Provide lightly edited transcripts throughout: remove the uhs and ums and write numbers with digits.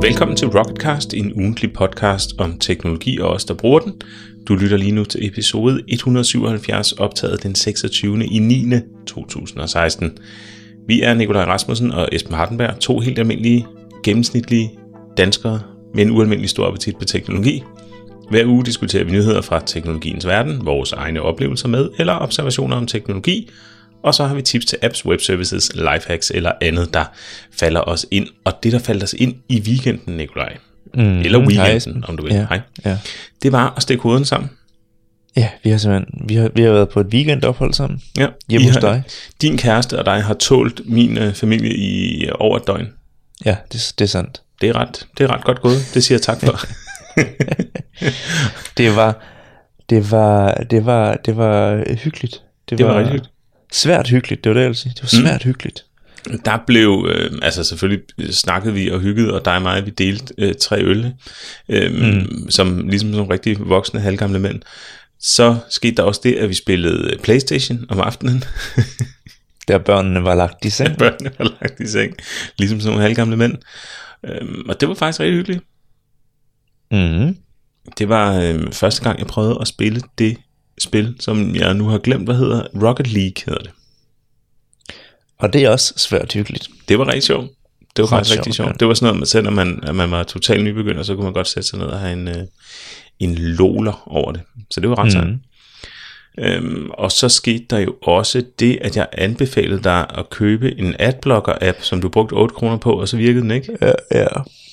Velkommen til Rocketcast, en ugentlig podcast om teknologi og os, der bruger den. Du lytter lige nu til episode 177, optaget den 26.9.2016. Vi er Nikolaj Rasmussen og Esben Hardenberg, to helt almindelige, gennemsnitlige danskere med en ualmindelig stor appetit på teknologi. Hver uge diskuterer vi nyheder fra teknologiens verden, vores egne oplevelser med eller observationer om teknologi, og så har vi tips til apps, webservices, lifehacks eller andet, der falder os ind. Og det, der faldt os ind i weekenden, Nikolaj, eller weekenden, om du vil, ja. Det var at stikke hovederne sammen. Ja, vi har simpelthen vi har været på et weekendophold sammen. Ja, hjemme hos dig. Din kæreste og dig har tålt min familie i over et døgn. Ja, det er sandt. Det er ret godt gået. Det siger jeg tak for. Det var hyggeligt. Det var rigtig hyggeligt. Svært hyggeligt, det var det jeg ville sige. Det var svært hyggeligt. Der blev, selvfølgelig snakkede vi og hyggede, og dig og mig, vi delte 3 øl, som ligesom som rigtig voksne, halvgamle mænd. Så skete der også det, at vi spillede PlayStation om aftenen. Der børnene var lagt i seng. Ligesom som halvgamle mænd. Og det var faktisk rigtig hyggeligt. Det var første gang, jeg prøvede at spille det spil, som jeg nu har glemt, hvad hedder. Rocket League hedder det. Og det er også svært hyggeligt. Det var rigtig sjovt. Det var faktisk rigtig sjovt. Det var sådan noget, selvom man var totalt nybegynder, så kunne man godt sætte sig ned og have en loler over det. Så det var ret sejt. Og så skete der jo også det, at jeg anbefalede dig at købe en adblocker-app, som du brugte 8 kroner på, og så virkede den ikke. Ja.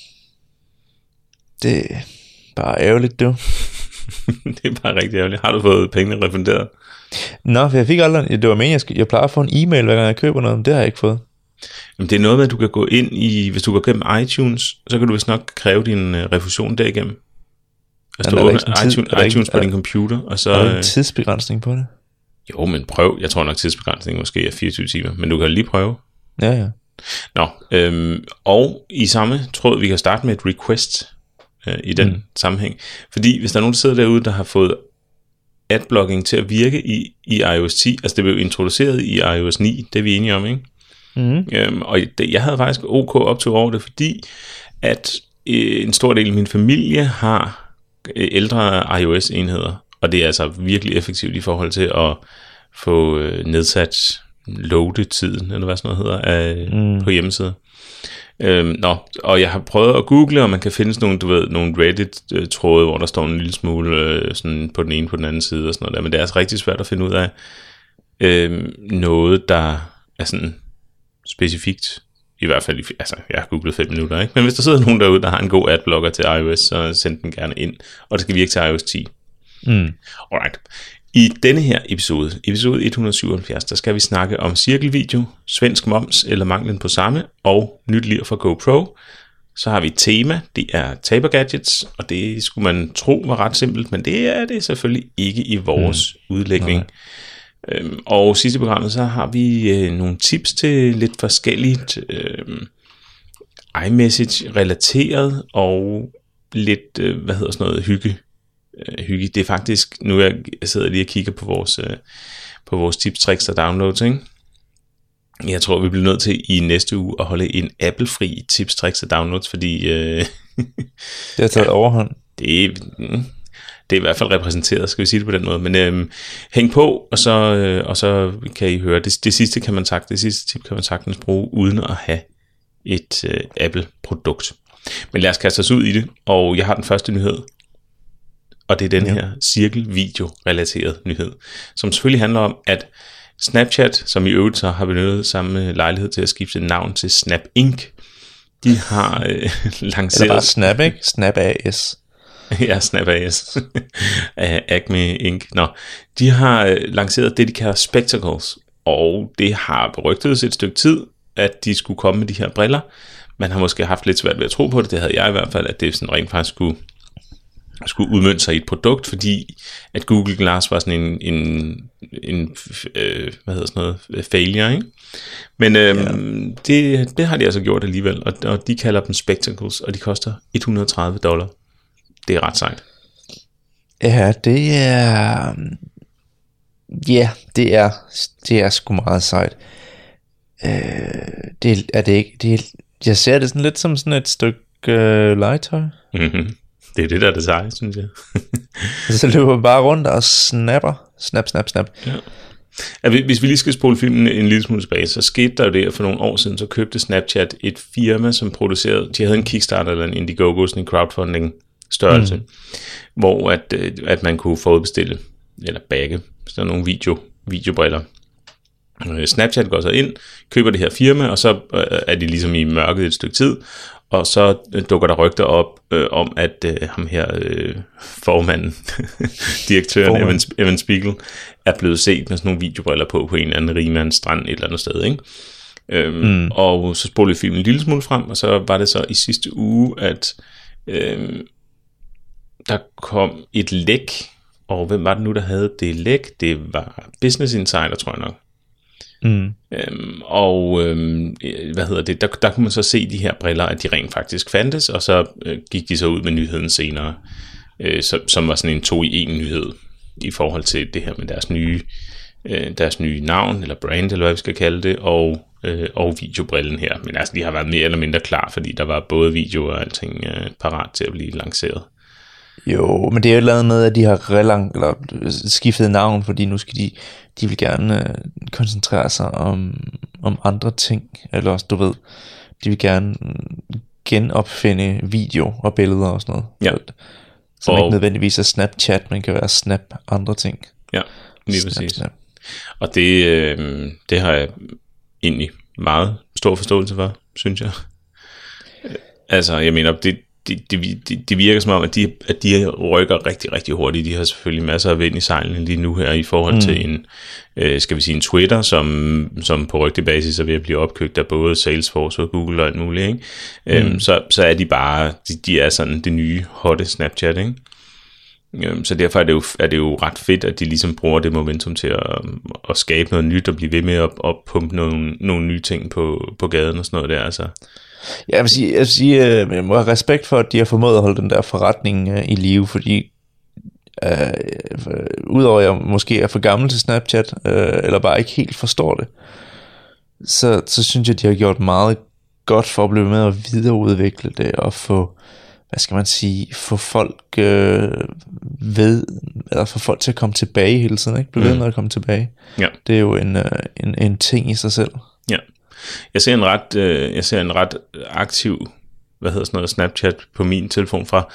Det er bare ærgerligt, du. Det er bare rigtig ærgerligt. Har du fået pengene refunderet? Nå, for jeg fik aldrig. Det var meningen, jeg plejer at få en e-mail, hver gang jeg køber noget, men det har jeg ikke fået. Jamen, det er noget med, at du kan gå ind i, hvis du går gennem iTunes, så kan du vist nok kræve din refusion derigennem. Altså, du åbner iTunes på din computer, og så... Er der en tidsbegrænsning på det? Jo, men prøv. Jeg tror nok, tidsbegrænsningen måske er 24 timer, men du kan lige prøve. Ja. Nå, og i samme tråd, vi kan starte med et request i den sammenhæng. Fordi hvis der er nogen, der sidder derude, der har fået adblocking til at virke i iOS 10, altså det blev introduceret i iOS 9, det er vi enige om, ikke? Og jeg havde faktisk OK op til over det, fordi at en stor del af min familie har ældre iOS-enheder, og det er altså virkelig effektivt i forhold til at få nedsat loadetiden, eller hvad sådan noget hedder, på hjemmesiden. Og jeg har prøvet at google, og man kan finde sådan nogle Reddit-tråde, hvor der står en lille smule sådan på den ene på den anden side og sådan noget der, men det er altså rigtig svært at finde ud af noget, der er sådan specifikt, i hvert fald, jeg har googlet 5 minutter, ikke? Men hvis der sidder nogen derude, der har en god adblocker til iOS, så send den gerne ind, og det skal virke til iOS 10. Alright. I denne her episode 177, der skal vi snakke om cirkelvideo, svensk moms eller manglen på samme, og nyt lir fra GoPro. Så har vi et tema, det er tabergadgets, og det skulle man tro var ret simpelt, men det er det selvfølgelig ikke i vores udlægning. Og sidst i programmet, så har vi nogle tips til lidt forskelligt iMessage-relateret, og lidt, hygge. Det er faktisk, nu jeg sidder lige og kigger på vores tips, tricks og downloads, ikke? Jeg tror, vi bliver nødt til i næste uge at holde en Apple-fri tips, tricks og downloads, fordi det har taget overhånd. Det er i hvert fald repræsenteret, skal vi sige det på den måde. Men hæng på, og så kan I høre. Det sidste tip kan man sagtens bruge, uden at have et Apple-produkt. Men lad os kaste os ud i det, og jeg har den første nyhed. Og det er den her cirkelvideo-relateret nyhed, som selvfølgelig handler om, at Snapchat, som i øvrigt så har benyttet samme lejlighed til at skifte navn til Snap Inc., de har lanceret... Eller bare Snap, ikke? Snap AS. Ja, Snap AS. Acme Inc. De har lanceret det, de kalder Spectacles, og det har berygtet et stykke tid, at de skulle komme med de her briller. Man har måske haft lidt svært ved at tro på det, det havde jeg i hvert fald, at det sådan rent faktisk skulle udmønte sig i et produkt, fordi at Google Glass var sådan en failure, ikke? Men det har de altså gjort alligevel, og de kalder dem Spectacles, og de koster $130. Det er ret sejt. Ja, det er sgu meget sejt. Det er det ikke. Jeg ser det sådan lidt som sådan et stykke legetøj. Mm-hmm. Det er det, der er det seje, synes jeg. Så løber bare rundt og snapper. Snap. Ja. Hvis vi lige skal spole filmen en lille smule tilbage, så skete der jo det, at for nogle år siden, så købte Snapchat et firma, som producerede, de havde en Kickstarter eller en Indiegogo, sådan en crowdfunding størrelse, hvor at man kunne forudbestille, eller bagge, sådan nogle videobriller. Snapchat går så ind, køber det her firma, og så er de ligesom i mørket et stykke tid, og så dukker der rygter op om, at ham her formanden, direktøren Evan Spiegel, er blevet set med sådan nogle videobriller på en eller anden rigmands strand et eller andet sted, ikke? Og så spolede filmen en lille smule frem, og så var det så i sidste uge, at der kom et læk, og hvem var det nu, der havde det læk? Det var Business Insider, tror jeg nok. Der kunne man så se de her briller, at de rent faktisk fandtes, og så gik de så ud med nyheden senere, som var sådan en 2-i-1 nyhed i forhold til det her med deres nye navn, eller brand, eller hvad vi skal kalde det, og videobrillen her. Men altså, de har været mere eller mindre klar, fordi der var både video og alting parat til at blive lanceret. Jo, men det er jo lavet med, at de har skiftet navn, fordi nu skal de vil gerne koncentrere sig om andre ting, eller også, du ved, de vil gerne genopfinde video og billeder og sådan noget. Ja. Som ikke nødvendigvis er Snapchat, men kan være Snap andre ting. Ja, lige præcis. Snap. Og det har jeg egentlig meget stor forståelse for, synes jeg. Altså, jeg mener, det virker som om, at de rykker rigtig, rigtig hurtigt. De har selvfølgelig masser af vind i sejlene lige nu her i forhold til en Twitter, som på rygtebasis er ved at blive opkøbt af både Salesforce og Google og alt muligt, ikke? Så er de bare, de er sådan det nye hotte Snapchat, ikke? Så derfor er det jo ret fedt, at de ligesom bruger det momentum til at skabe noget nyt og blive ved med at pumpe nogle nye ting på gaden og sådan noget der, altså. Ja, jeg vil sige, jeg må have respekt for, at de har formået at holde den der forretning i live, fordi udover at jeg måske er for gammel til Snapchat, eller bare ikke helt forstår det, så synes jeg, de har gjort meget godt for at blive med at videreudvikle det, og få, hvad skal man sige, få folk få folk til at komme tilbage hele tiden, ikke? Blive ved med at komme tilbage. Ja. Det er jo en ting i sig selv. Ja. Jeg ser en ret aktiv, Snapchat på min telefon fra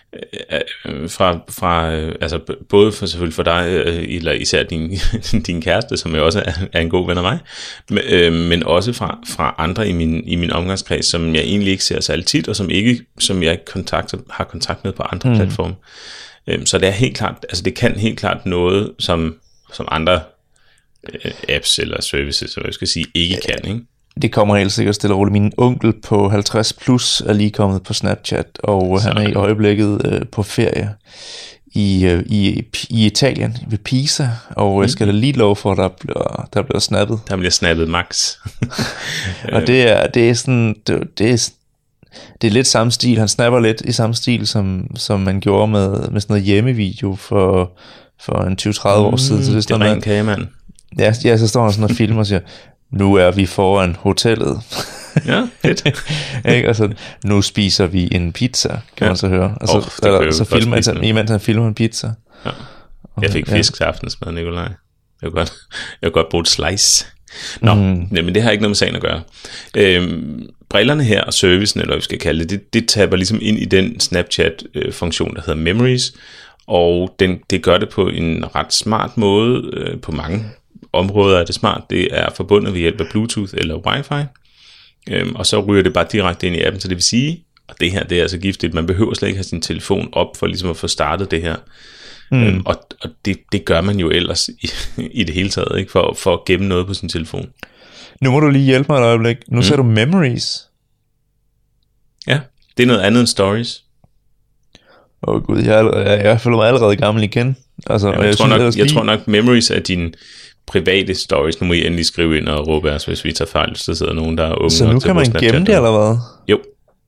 altså både selvfølgelig for dig, eller især din kæreste, som jo også er en god ven af mig, men også fra andre i min omgangskreds, som jeg egentlig ikke ser særlig tit, og som jeg ikke har kontakt med på andre platforme. Så det er helt klart, altså det kan helt klart noget, som andre apps eller services, som jeg skal sige, ikke kan, ikke? Det kommer helt sikkert stille og roligt. Min onkel på 50 plus er lige kommet på Snapchat, og han er i øjeblikket på ferie i Italien ved Pisa, og jeg skal da lige love for, at der bliver snappet. Der bliver snappet max. Og det er sådan, det er lidt samme stil. Han snapper lidt i samme stil, som man gjorde med sådan noget hjemmevideo for en 20-30 år siden. Så det er ren kagemand. Ja, så står han sådan og filmer og siger, nu er vi foran hotellet. Ja, fedt. Ikke? Og så, nu spiser vi en pizza, kan man så høre. Og så filmer imens han filmer en pizza. Ja. Jeg fik fisk til aftensmad, Nikolaj. Jeg kan godt bruge et slice. Nå, men det har ikke noget med sagen at gøre. Brillerne her og servicen, eller hvad vi skal kalde det tapper ligesom ind i den Snapchat-funktion, der hedder Memories, og det gør det på en ret smart måde. På mange områder er det smart. Det er forbundet ved hjælp af Bluetooth eller Wi-Fi, og så ryger det bare direkte ind i appen, så det vil sige, og det her, det er altså giftigt, man behøver slet ikke have sin telefon op for ligesom at få startet det her. Og det gør man jo ellers i det hele taget, ikke? For at gemme noget på sin telefon. Nu må du lige hjælpe mig et øjeblik. Nu ser du Memories. Ja, det er noget andet end Stories. Gud, jeg føler mig allerede gammel igen. Altså, ja, jeg tror nok Memories er din private stories. Nu må I endelig skrive ind og råbe os, hvis vi tager fejl. Så sidder nogen, der er unge. Så nu kan man gemme det, eller hvad? Jo.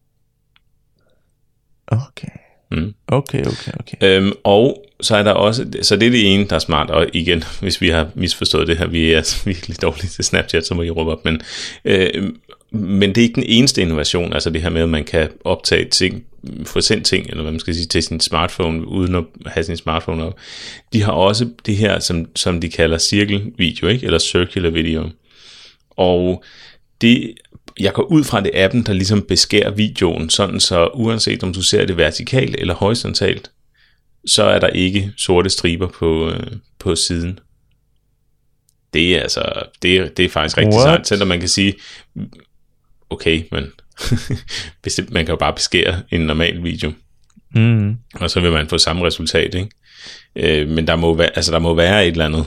Okay. Okay. Og så er der også, så det er det ene, der er smart, og igen, hvis vi har misforstået det her, vi er virkelig dårlige til Snapchat, så må I råbe op, men Men det er ikke den eneste innovation, altså det her med, at man kan optage ting, få sendt ting, eller hvad man skal sige, til sin smartphone, uden at have sin smartphone op. De har også det her, som de kalder cirkelvideo, ikke? Eller circular video. Og det, jeg går ud fra det appen, der ligesom beskærer videoen, sådan så uanset om du ser det vertikalt eller horisontalt, så er der ikke sorte striber på siden. Det er altså, det er faktisk rigtig sejt, selvom man kan sige, okay, men man kan jo bare beskære en normal video, og så vil man få samme resultat, ikke? Men der må være et eller andet.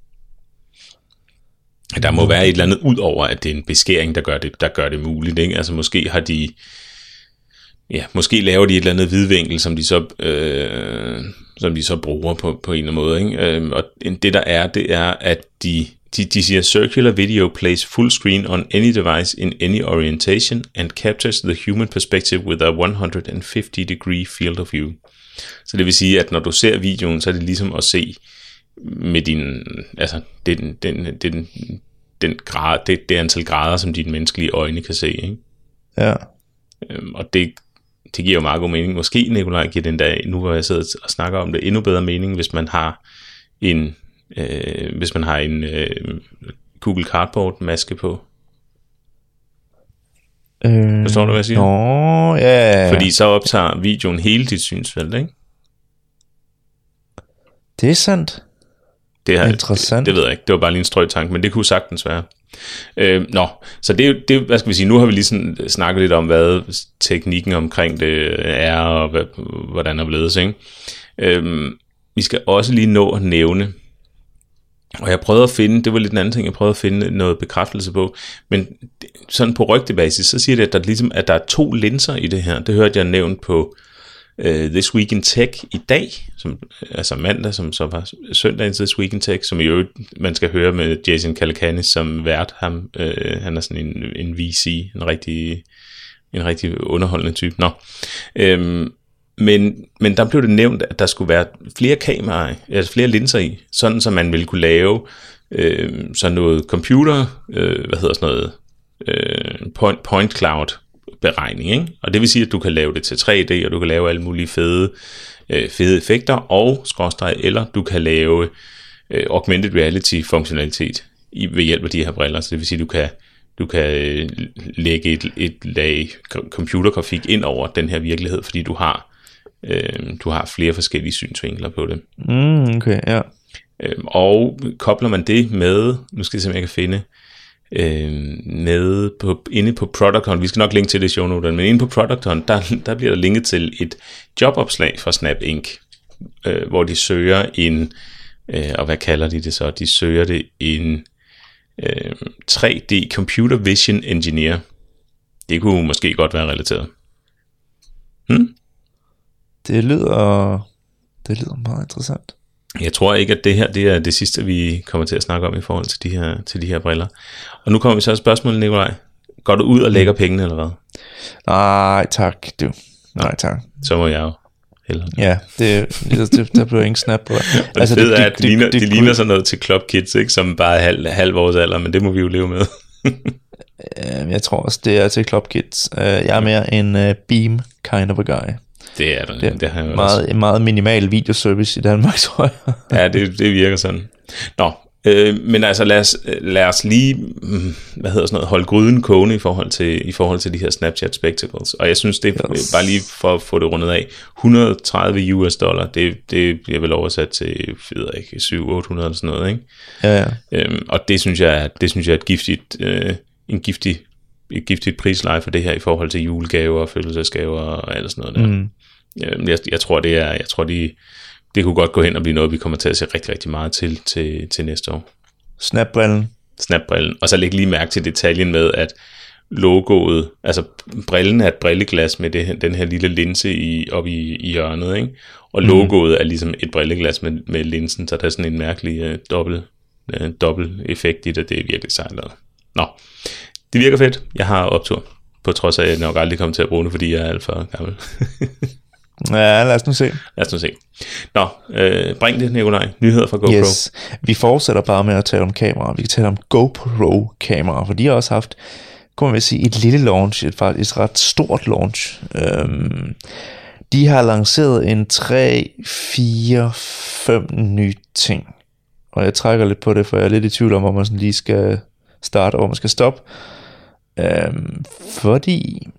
Der må være et eller andet ud over, at det er en beskæring, der gør det muligt, ikke? Altså måske har de, måske laver de et eller andet vidvinkel, som de så bruger på en eller anden måde, ikke? Og det er, at de siger, circular video plays full screen on any device in any orientation and captures the human perspective with a 150-degree field of view. Så det vil sige, at når du ser videoen, så er det ligesom at se med din, altså det antal grader, som dine menneskelige øjne kan se, ikke? Ja. Og det giver jo meget god mening. Måske, Nikolaj, giver den der, nu hvor jeg sidder og snakker om det, endnu bedre mening, hvis man har en Google Cardboard maske på. Forstår du, hvad jeg siger? Nå, ja. Fordi så optager videoen hele dit synsfelt, ikke? Det er sandt. Interessant. Det ved jeg ikke. Det var bare lige en strøtanke, men det kunne sagtens være. Så det er, hvad skal vi sige, nu har vi lige sådan snakket lidt om, hvad teknikken omkring det er, og hvordan det blevet, ikke? Vi skal også lige nå at nævne, og jeg prøvede at finde, det var lidt en anden ting, jeg prøvede at finde noget bekræftelse på, men sådan på rygtebasis, så siger det, at der er 2 linser i det her. Det hørte jeg nævnt på This Week in Tech i dag, altså mandag, som så var søndagens This Week in Tech, som i øvrigt man skal høre med Jason Calacanis som vært. Han er sådan en VC, en rigtig underholdende type. Men der blev det nævnt, at der skulle være flere kameraer, altså flere linser i, sådan så man ville kunne lave sådan noget computer, point cloud beregning, ikke? Og det vil sige, at du kan lave det til 3D, og du kan lave alle mulige fede effekter, og eller du kan lave augmented reality funktionalitet ved hjælp af de her briller. Så det vil sige, at du kan lægge et lag computergrafik ind over den her virkelighed, fordi du har flere forskellige synsvinkler på det. Okay, ja. Og kobler man det med, nu skal jeg se, om jeg kan finde, inde på Product Hunt, vi skal nok linke til det i shownoterne, men inde på Product Hunt, der bliver der linket til et jobopslag fra Snap Inc., hvor de søger og hvad kalder de det så? De søger det en 3D Computer Vision Engineer. Det kunne måske godt være relateret. Det lyder meget interessant. Jeg tror ikke, at det her det er det sidste, vi kommer til at snakke om i forhold til de her briller. Og nu kommer vi så til spørgsmålet, Nikolaj. Går du ud og lægger pengene, eller hvad? Nej, tak, du. Nej, tak. Så må jeg jo hellere. Ja, der blev ingen snap på. Altså, det ligner sådan noget til Club Kids, ikke? Som bare er halv vores alder, men det må vi jo leve med. Jeg tror også, det er til Club Kids. Jeg er mere en Beam kind of a guy. Det er der. Det har meget, meget minimal videoservice i Danmark, tror jeg. Ja, det virker sådan. Men altså lad os lige, holde gryden kogende i forhold til de her Snapchat Spectacles. Og jeg synes, det er bare lige for at få det rundet af. $130, det bliver vel oversat til, 700-800 eller sådan noget, ikke? Ja. Og det synes jeg er et giftigt prisleje for det her i forhold til julegaver og fødselsdagsgaver og alt sådan noget der. Jeg tror det kunne godt gå hen og blive noget, vi kommer til at se rigtig, rigtig meget til næste år. Snapbrillen. Og så læg lige mærke til detaljen med, at logoet, altså brillen er et brilleglas med den her lille linse oppe i hjørnet, ikke? Og logoet er ligesom et brilleglas med linsen, så der er sådan en mærkelig dobbelt effekt i det. Det er virkelig sejt lavet. Det virker fedt. Jeg har optur, på trods af, at jeg nok aldrig kommer til at bruge det, fordi jeg er alt for gammel. Ja, lad os nu se. Bring det, Nikolaj. Nyheder fra GoPro. Yes. Vi fortsætter bare med at tale om kameraer. Vi kan tale om GoPro-kameraer, for de har også haft kunne man vel sige, et lille launch, et ret stort launch. De har lanceret en 3, 4, 5 nye ting. Og jeg trækker lidt på det, for jeg er lidt i tvivl om, hvor man sådan lige skal starte, og hvor man skal stoppe. Fordi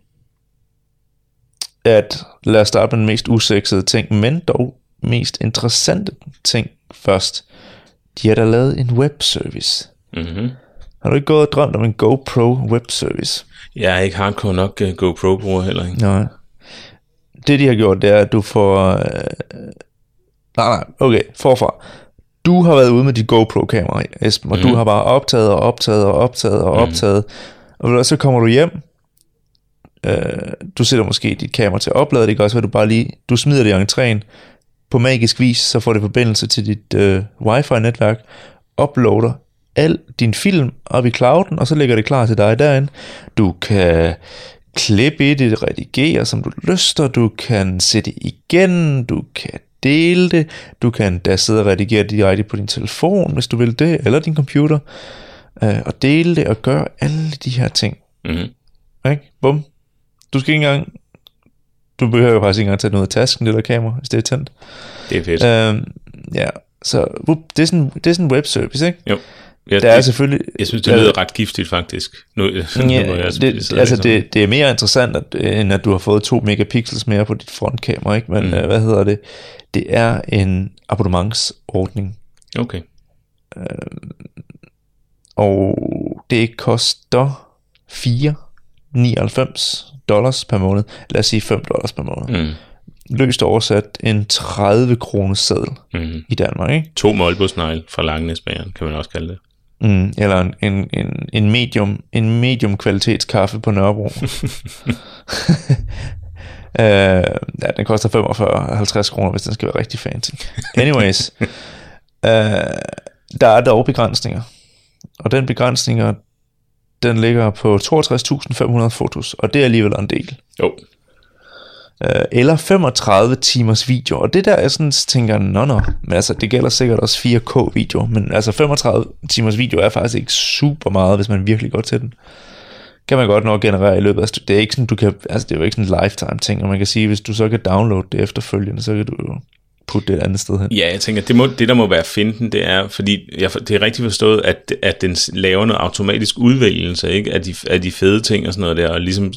at lad os starte med den mest usexede ting, men dog mest interessante ting først. De har da lavet en webservice. Mm-hmm. Har du ikke gået og drømt om en GoPro webservice? Jeg er ikke hardcore nok GoPro-bruger heller, ikke? Nej. Det de har gjort, det er, at du får... okay, forfra. Du har været ude med dit GoPro-kamera, Esben, og du har bare optaget. Og så kommer du hjem. Du sætter måske dit kamera til at oplade. Det kan også være, du bare lige... Du smider det i entréen. På magisk vis, så får det forbindelse til dit wifi-netværk. Uploader al din film op i clouden, og så ligger det klar til dig derinde. Du kan klippe i det, redigere som du lyster, du kan sætte igen, du kan dele det, du kan da sidde og redigere direkte på din telefon, hvis du vil det, eller din computer, og dele det og gøre alle de her ting. Mm-hmm. Ikke? Bum. Du skal ikke engang, du behøver jo faktisk ikke engang tage noget af tasken, det der kamera, hvis det er tændt. Det er fedt. Ja, så det er sådan en webservice, ikke? Jo. Der er selvfølgelig... Jeg synes, det lyder ret giftigt, faktisk. Det er mere interessant, end at du har fået 2 megapixels mere på dit frontkamera, ikke? Men hvad hedder det? Det er en abonnementsordning. Okay. Og det koster $4.99 per måned. Lad os sige $5 per måned. Løst oversat en 30 kroner seddel i Danmark, ikke? 2 målbådsnegle fra Langenæsbageren, kan man også kalde det. Eller en medium kvalitetskaffe på Nørrebro. Ja, den koster 45-50 kroner, hvis den skal være rigtig fancy. Anyways, der er dog begrænsninger. Og den begrænsninger, den ligger på 62.500 fotos, og det er alligevel en del. Jo. Eller 35 timers video. Og det der er sådan, tænker nå. Men altså, det gælder sikkert også 4K video. Men altså 35 timers video er faktisk ikke super meget, hvis man virkelig går til den. Kan man godt nok generere i løbet af... Det er ikke sådan, du kan... Altså, det er jo ikke sådan en lifetime ting. Og man kan sige, hvis du så kan downloade det efterfølgende, så kan du jo putte det et andet sted hen. Ja, jeg tænker, det der må være finten, det er, fordi det er rigtig forstået, at den laver noget automatisk udvælgelse, ikke? Af de fede ting og sådan noget der, og ligesom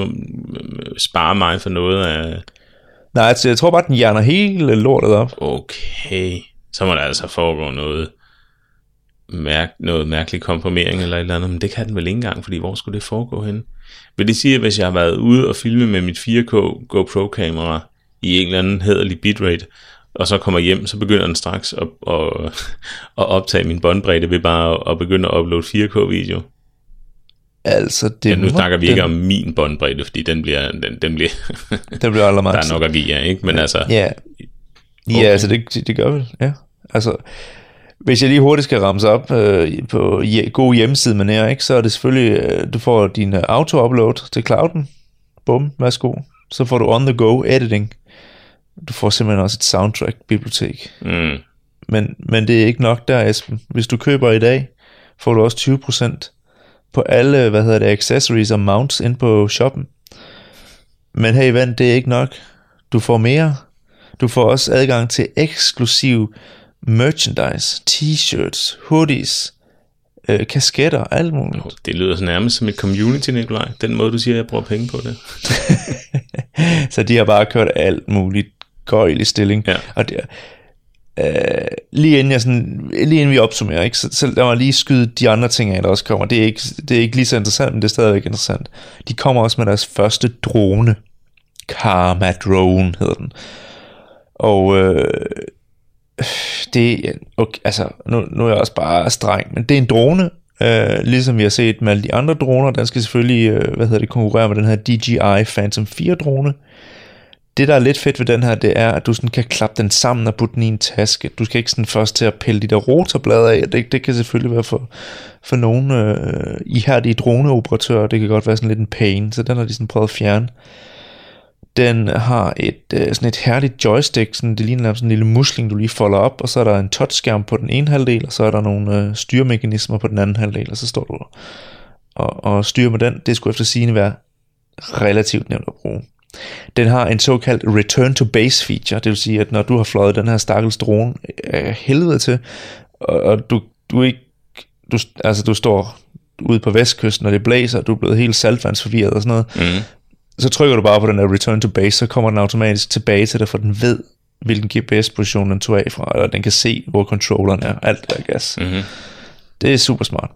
sparer mig for noget af... Nej, altså, jeg tror bare, den hjerner hele lortet op. Okay, så må der altså foregå noget mærkelig komprimering eller et eller andet, men det kan den vel ikke engang, fordi hvor skulle det foregå henne? Vil det sige, at hvis jeg har været ude og filme med mit 4K GoPro-kamera i en eller anden hæderlig bitrate, og så kommer hjem, så begynder den straks at optage min båndbredde ved bare at begynde at uploade 4K-video. Altså, det nu snakker vi ikke om min båndbredde, fordi den bliver den bliver allermaks. Der er nok at give jer, ikke? Men altså... Ja, okay. Ja, altså det gør vel, ja. Altså, hvis jeg lige hurtigt skal ramse op på god hjemmeside med nær, ikke, så er det selvfølgelig, du får din auto-upload til clouden. Bum, værsgo. Så får du on-the-go editing. Du får simpelthen også et soundtrack-bibliotek. Men det er ikke nok der, Esben. Hvis du køber i dag, får du også 20% på alle, accessories og mounts ind på shoppen. Men hey ven, det er ikke nok. Du får mere. Du får også adgang til eksklusiv merchandise, t-shirts, hoodies, kasketter, alt muligt. Det lyder så nærmest som et community, Nikolaj. Den måde, du siger, at jeg bruger penge på det. Så de har bare kørt alt muligt gøjl i stilling. Ja. Og det, lige inden vi opsummerer, ikke? Så lad mig lige skyde de andre ting af, der også kommer. Det er ikke lige så interessant, men det er stadigvæk interessant. De kommer også med deres første drone. Karma Drone hedder den. Og okay, altså nu er jeg også bare streng, men det er en drone, ligesom vi har set med alle de andre droner. Den skal selvfølgelig konkurrere med den her DJI Phantom 4 drone. Det der er lidt fedt ved den her, det er at du sådan kan klappe den sammen og putte den i en taske. Du skal ikke sådan først til at pille de der rotorblade af. Det kan selvfølgelig være for nogle ihærdige droneoperatører. Det kan godt være sådan lidt en pain, så den har de sådan prøvet at fjerne. Den har sådan et herligt joystick, sådan, det ligner sådan en lille musling, du lige folder op, og så er der en touchskærm på den ene halvdel, og så er der nogle styremekanismer på den anden halvdel, og så står du og styre med den. Det skulle efter sigende være relativt nemt at bruge. Den har en såkaldt return to base feature, det vil sige, at når du har fløjet den her stakkels drone helvede til, og du står ude på vestkysten, og det blæser, og du er blevet helt saltvandsforvirret og sådan noget, så trykker du bare på den der return to base, så kommer den automatisk tilbage til dig, for den ved, hvilken GPS-position den tog af fra, og den kan se, hvor controlleren er, alt der gas. Det er super smart.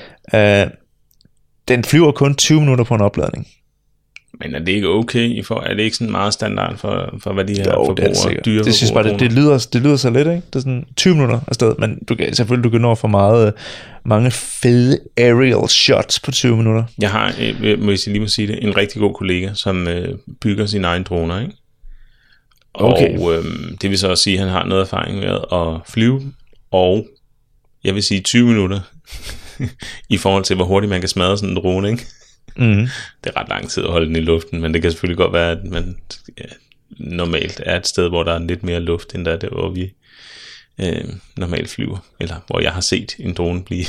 Den flyver kun 20 minutter på en opladning. Men er det ikke okay? Er det ikke sådan meget standard for hvad de her forbrugere, dyre det synes bare, det lyder så lidt, ikke? Det er sådan 20 minutter afsted, men du kan nå for mange fede aerial shots på 20 minutter. Jeg har, må sige det, en rigtig god kollega, som bygger sine egne droner, ikke? Okay. Og det vil så også sige, at han har noget erfaring med at flyve, og jeg vil sige 20 minutter, i forhold til, hvor hurtigt man kan smadre sådan en drone, ikke? Det er ret lang tid at holde den i luften, men det kan selvfølgelig godt være, at man normalt er et sted, hvor der er lidt mere luft, end der hvor vi normalt flyver, eller hvor jeg har set en drone blive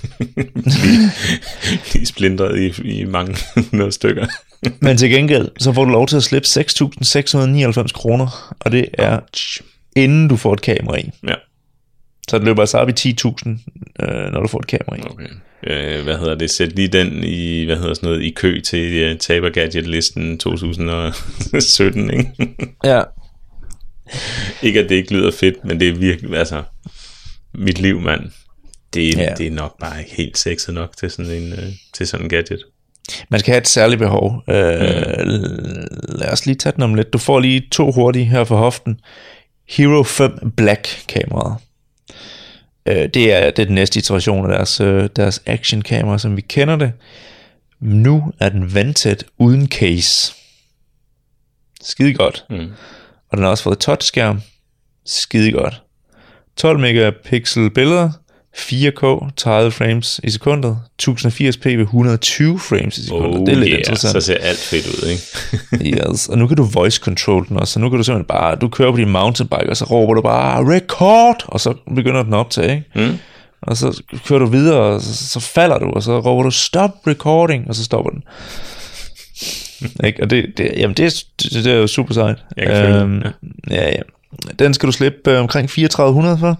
splintret i mange stykker. Men til gengæld, så får du lov til at slippe 6.699 kroner, og det er inden du får et kamera i. Ja. Så det løber altså op i 10.000, når du får et kamera i. Okay. Sæt lige den i, i kø til Taber Gadget-listen 2017, ikke? Ja. Ikke at det ikke lyder fedt, men det er virkelig, altså, mit liv, mand, det er nok bare ikke helt sexet nok til sådan en gadget. Man skal have et særligt behov. Lad os lige tage den om lidt. Du får lige 2 hurtige her for hoften. Hero 5 Black kameraet. Det er den næste iteration af deres action kamera, som vi kender det. Nu er den vandtæt uden case. Skide godt. Og den har også fået touchskærm. Skide godt. 12 megapixel billeder, 4K, 30 frames i sekundet, 1080p ved 120 frames i sekundet. Det er lidt interessant. Så ser alt fedt ud, ikke? Yes. Og nu kan du voice control den også, så nu kan du simpelthen bare, du kører på din mountainbike, og så råber du bare, record, og så begynder den optage, ikke? Og så kører du videre, og så falder du, og så råber du, stop recording, og så stopper den. Ikke? Og det er jo super sejt. Jeg kan følge ja. Den skal du slippe omkring 3400 for.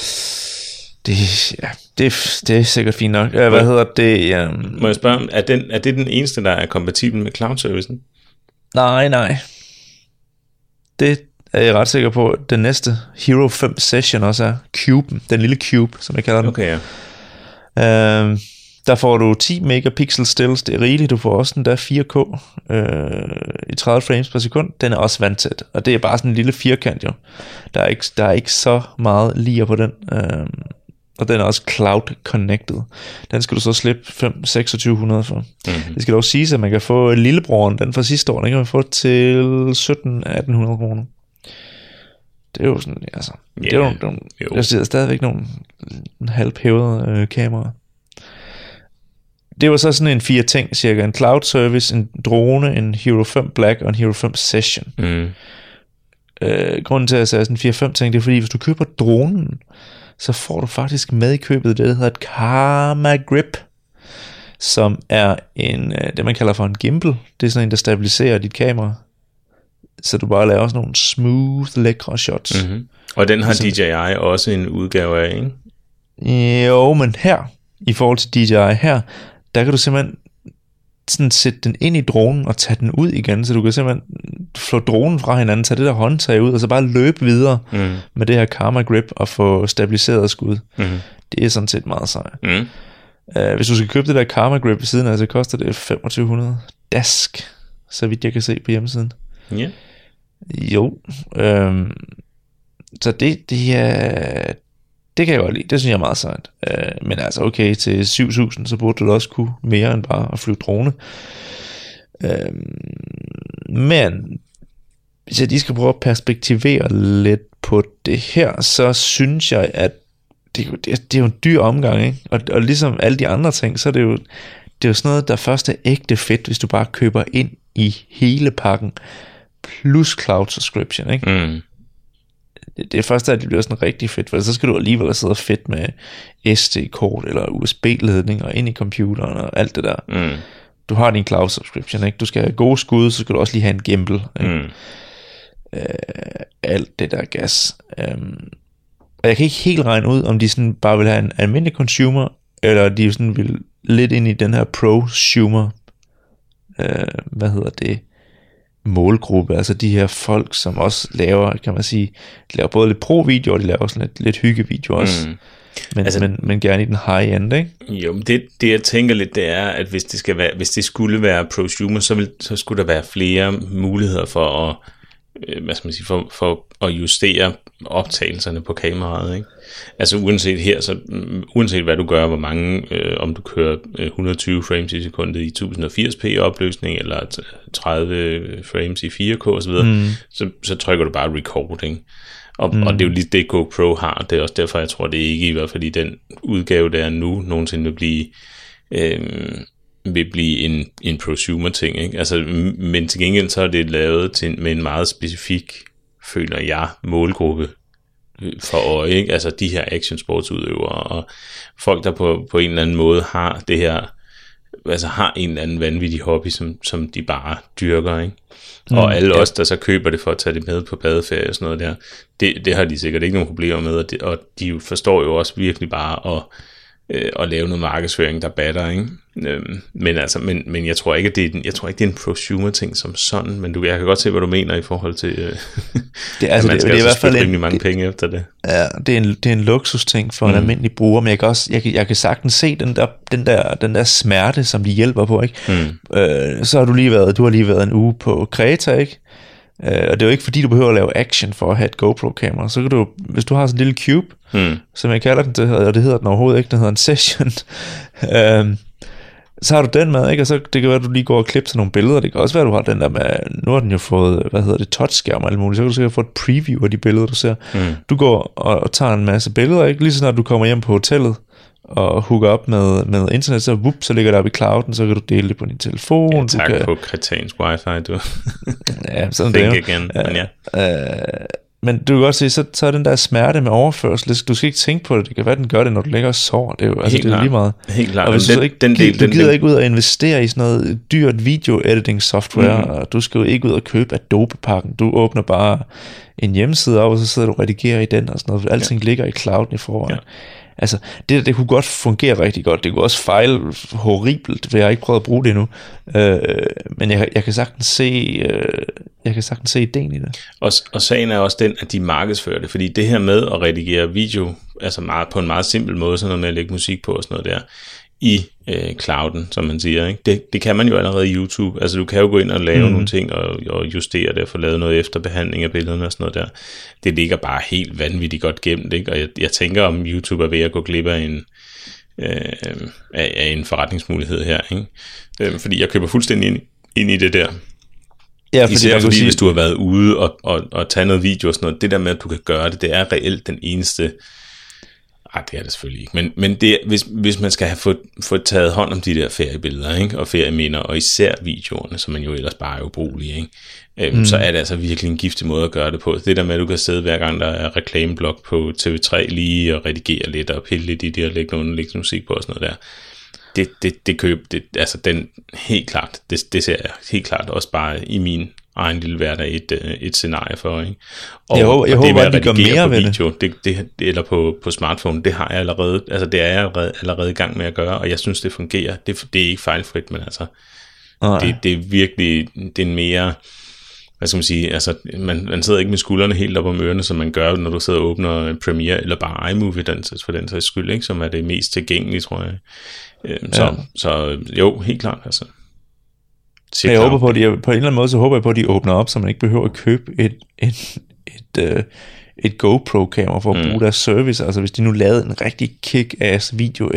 Det er sikkert fint nok. Hvad hedder det? Må jeg spørge, er det den eneste, der er kompatibel med cloud-servicen? Nej. Det er jeg ret sikker på. Den næste Hero 5 Session også er Cuben. Den lille Cube, som jeg kalder den. Okay, ja. Der får du 10 megapixel stills. Det er rigeligt. Du får også den der 4K i 30 frames per sekund. Den er også vandtæt. Og det er bare sådan en lille firkant jo. Der er ikke så meget lir på den. Og den er også cloud connected. Den skal du så slippe 2600 for. Det skal dog siges, at man kan få lillebroren, den fra sidste år, den kan man få til 1700-1800 kroner. Det er jo sådan, altså, det er jo. Jeg ser stadigvæk nogle halvpævede kameraer. Det var så sådan en 4 ting cirka. En cloud service, en drone, en Hero 5 Black og en Hero 5 Session. Grunden til at jeg sagde sådan 4-5 ting, det er fordi, hvis du køber dronen, så får du faktisk med i købet det, der hedder et Karma Grip, som er det man kalder for en gimbal. Det er sådan en, der stabiliserer dit kamera, så du bare laver sådan nogle smooth, lækre shots. Og den har DJI også en udgave af, ikke? Jo, men her, i forhold til DJI her, der kan du simpelthen sådan sætte den ind i dronen og tage den ud igen, så du kan simpelthen flå dronen fra hinanden, tage det der håndtag ud, og så bare løbe videre med det her Karma Grip og få stabiliseret skud. Det er sådan set meget sejt. Hvis du skal købe det der Karma Grip ved siden af, så koster det 2500 dask, så vidt jeg kan se på hjemmesiden. Ja. Jo. Så det kan jeg godt lide. Det synes jeg er meget sejt. Men altså okay, til 7.000, så burde du også kunne mere end bare at flyve drone. Men hvis jeg lige skal prøve at perspektivere lidt på det her, så synes jeg, at det er jo en dyr omgang, ikke? Og ligesom alle de andre ting, så er det jo sådan noget, der først er ægte fedt, hvis du bare køber ind i hele pakken, plus cloud subscription, ikke? det er først, at det bliver sådan rigtig fedt, for så skal du alligevel sidde fedt med SD-kort eller USB-ledning og ind i computeren og alt det der. Du har din cloud subscription, ikke? Du skal have gode skud, så skal du også lige have en gimbal, alt det der gas. Og jeg kan ikke helt regne ud, om de sådan bare vil have en almindelig consumer, eller de sådan vil lidt ind i den her prosumer, målgruppe, altså de her folk, som også laver, kan man sige, laver både lidt pro-videoer, de laver sådan lidt hyggevideoer også, men gerne i den high-end, ikke? Jo, men det jeg tænker lidt, det er, at hvis det skulle være prosumer, så skulle der være flere muligheder for at, for at justere optagelserne på kameraet, ikke? Altså uanset hvad du gør, hvor mange, om du kører 120 frames i sekundet i 1080p opløsning, eller 30 frames i 4K osv., så trykker du bare recording. Og det er jo lige det GoPro har. Det er også derfor, jeg tror, det er ikke i hvert fald i den udgave, der er nu, nogensinde vil blive en prosumer ting, ikke? Altså, men til gengæld så er det lavet med en meget specifik, føler jeg, målgruppe for øje, ikke? Altså de her actionsportsudøvere og folk, der på en eller anden måde har det her, altså har en eller anden vanvittig hobby, som de bare dyrker, ikke? Og alle os, der så køber det for at tage det med på badeferie og sådan noget der, det har de sikkert ikke nogen problemer med, og de forstår jo også virkelig bare at lave noget markedsføring, der batter, ikke? Men jeg tror ikke, at det er en prosumer ting som sådan, men jeg kan godt se, hvad du mener i forhold til, det er, altså, man skal det er i hvert fald rimelig mange penge efter det. Ja, det er en luksus ting for en almindelig bruger, men jeg kan sagtens se den der smerte, som de hjælper på, ikke? Så har du har lige været en uge på Kreta, ikke? Og det er jo ikke fordi du behøver at lave action for at have et GoPro-kamera. Så kan du, hvis du har sådan en lille cube, som jeg kalder den, og det hedder den overhovedet ikke, den hedder en session, så har du den med, ikke? Og så det kan være, at du lige går og klipper sådan nogle billeder. Det kan også være, at du har den der med, nu har den jo fået, touchskærm og alt muligt, så kan du sikkert få et preview af de billeder, du ser. Du går og tager en masse billeder, ikke? Lige så snart du kommer hjem på hotellet og hooker op med internet, så ligger det op i clouden, så kan du dele det på din telefon. Ja, tak på kretansk wifi, du. Ja, sådan Think again, men ja. Men du kan godt se, så er den der smerte med overførsel, du skal ikke tænke på det, det kan være, den gør det, når du ligger og sover, det er jo altså, det er lige meget. Helt klart. Og hvis du gider ikke ud og investere i sådan noget dyrt video-editing software, og du skal jo ikke ud og købe Adobe-pakken, du åbner bare en hjemmeside op, og så sidder du og redigerer i den, og sådan noget, alting ligger i clouden i forvejen. Ja. Altså, det kunne godt fungere rigtig godt. Det kunne også fejle horribelt, for jeg har ikke prøvet at bruge det endnu. Men jeg kan sagtens se ideen i det. Og sagen er også den, at de markedsfører det, fordi det her med at redigere video, altså på en meget simpel måde, sådan noget med at lægge musik på og sådan noget der, i clouden, som man siger, ikke? Det kan man jo allerede i YouTube. Altså du kan jo gå ind og lave nogle ting og justere det og få lavet noget efterbehandling af billederne og sådan noget der. Det ligger bare helt vanvittigt godt gemt, ikke? Og jeg tænker, om YouTube er ved at gå glip af en forretningsmulighed her, ikke? Fordi jeg køber fuldstændig ind i det der. Ja, fordi hvis du har været ude og tage noget video og sådan noget, det der med, at du kan gøre det, det er reelt den eneste. Det er det selvfølgelig ikke, men det, hvis man skal have fået taget hånd om de der feriebilleder, ikke? Og ferieminder, og især videoerne, som man jo ellers bare er ubrugelige, ikke? Så er det altså virkelig en giftig måde at gøre det på. Det der med, at du kan sidde hver gang der er reklameblok på TV3 lige og redigere lidt og pille lidt i det og lægge musik på og sådan noget der. Altså den helt klart, det ser jeg helt klart også bare i min egen lille hverdag et scenarie for, ikke? Og jeg håber at de gør mere ved video, det eller på smartphone, det har jeg allerede, altså det er jeg allerede i gang med at gøre, og jeg synes det fungerer. Det er ikke fejlfrit, men altså det er virkelig, det er en mere, hvad skal man sige, altså man sidder ikke med skuldrene helt op om ørerne, som man gør, når du sidder og åbner Premiere eller bare iMovie for den sags skyld, ikke? Som er det mest tilgængelige, tror jeg. Så jo, helt klart, altså. Jeg håber på, at på en eller anden måde, så håber jeg på, at de åbner op, så man ikke behøver at købe et GoPro-kamera for at bruge deres service. Altså hvis de nu lavede en rigtig kick-ass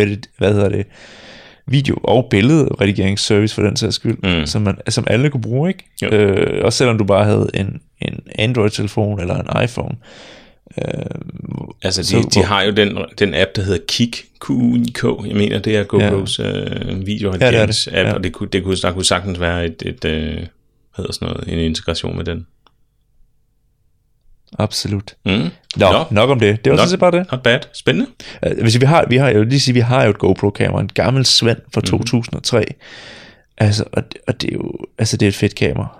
video- og billedredigeringsservice for den sags skyld, som alle kunne bruge, ikke? Også selvom du bare havde en Android-telefon eller en iPhone. Altså de har jo den app, der hedder Kik, QIK, jeg mener det er GoPros videoredigerings-app, og det kunne sagtens være et hedder sådan noget, en integration med den. Absolut. Mm. Nok om det. Det var sådan set bare det. Not bad. Spændende. Hvis jeg vil lige sige, vi har jo et GoPro-kamera, en gammel Svend fra 2003. Altså, og det er jo, altså det er et fedt kamera.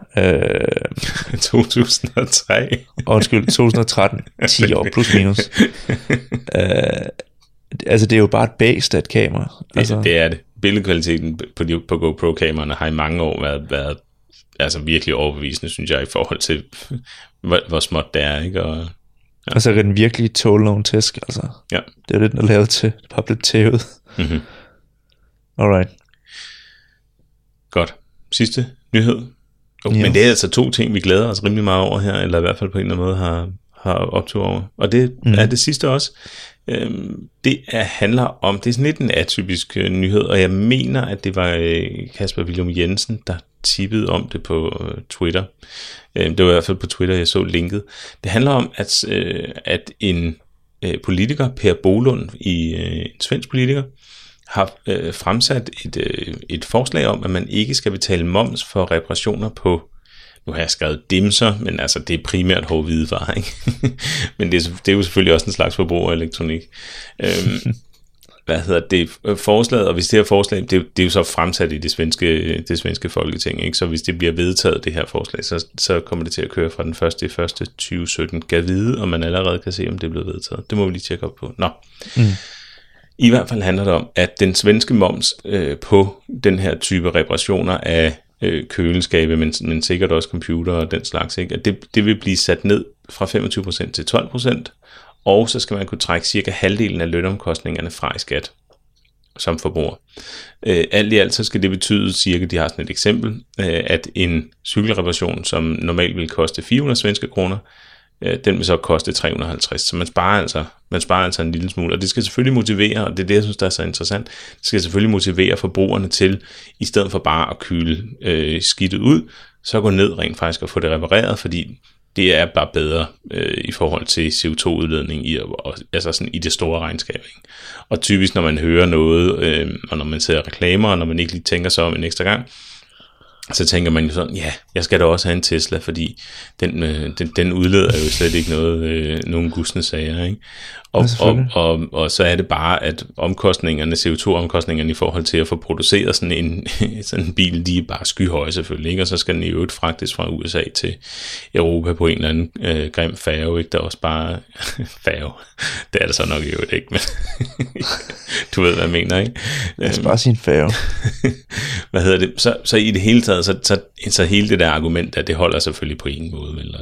2003. Undskyld, 2013. 10 år, plus minus. Altså, det er jo bare et bag-stat kamera. Altså. Det er det. Billedkvaliteten på GoPro-kameraerne har i mange år været altså virkelig overbevisende, synes jeg, i forhold til, hvor småt det er, ikke? Og så er den virkelig tåle nogle tæsk, altså. Ja. Det er det, den er lavet til. Det er bare blevet tævet. Mm-hmm. Alright. Godt. Sidste nyhed. Men det er altså 2 ting, vi glæder os rimelig meget over her, eller i hvert fald på en eller anden måde har optur over. Og det er det sidste også. Det handler om, det er sådan lidt en atypisk nyhed, og jeg mener, at det var Kasper William Jensen, der tippede om det på Twitter. Det var i hvert fald på Twitter, jeg så linket. Det handler om, at en politiker, Per Bolund, en svensk politiker, har fremsat et forslag om, at man ikke skal betale moms for reparationer på, nu har jeg skrevet dimser, men altså det er primært hårde hvidevarer, ikke? Men det er jo selvfølgelig også en slags forbrugerelektronik. Forslaget, og hvis det her forslag, det er jo så fremsat i det svenske folketing, ikke? Så hvis det bliver vedtaget, det her forslag, så kommer det til at køre fra den 1.1.2017. Gad vide, om man allerede kan se, om det er blevet vedtaget. Det må vi lige tjekke op på. Nå. I hvert fald handler det om, at den svenske moms på den her type reparationer af køleskabe, men sikkert også computer og den slags, ikke? At det vil blive sat ned fra 25% til 12%, og så skal man kunne trække cirka halvdelen af lønomkostningerne fra i skat som forbruger. Alt i alt så skal det betyde cirka, de har sådan et eksempel, at en cykelreparation, som normalt vil koste 400 svenske kroner, den vil så koste 350, så man sparer altså en lille smule, og det skal selvfølgelig motivere, og det er det, jeg synes, der er så interessant, det skal selvfølgelig motivere forbrugerne til, i stedet for bare at kyle skidtet ud, så gå ned rent faktisk og få det repareret, fordi det er bare bedre i forhold til CO2-udledning altså sådan i det store regnskab. Ikke? Og typisk, når man hører noget, og når man ser reklamer, og når man ikke lige tænker sig om en ekstra gang, så tænker man jo sådan, ja, jeg skal da også have en Tesla, fordi den udleder jo slet ikke nogen gusne sager, ikke? Og så er det bare, at CO2-omkostningerne i forhold til at få produceret sådan en bil, de er bare skyhøje selvfølgelig, ikke? Og så skal den i øvrigt fragtes fra USA til Europa på en eller anden grim færge, ikke? Der er også bare færge. Det er det så nok i øvrigt ikke, men du ved, hvad jeg mener, ikke? Jeg skal bare sige en færge. Hvad hedder det? Så i det hele taget, så hele det der argument, at det holder selvfølgelig på ingen måde. Vel?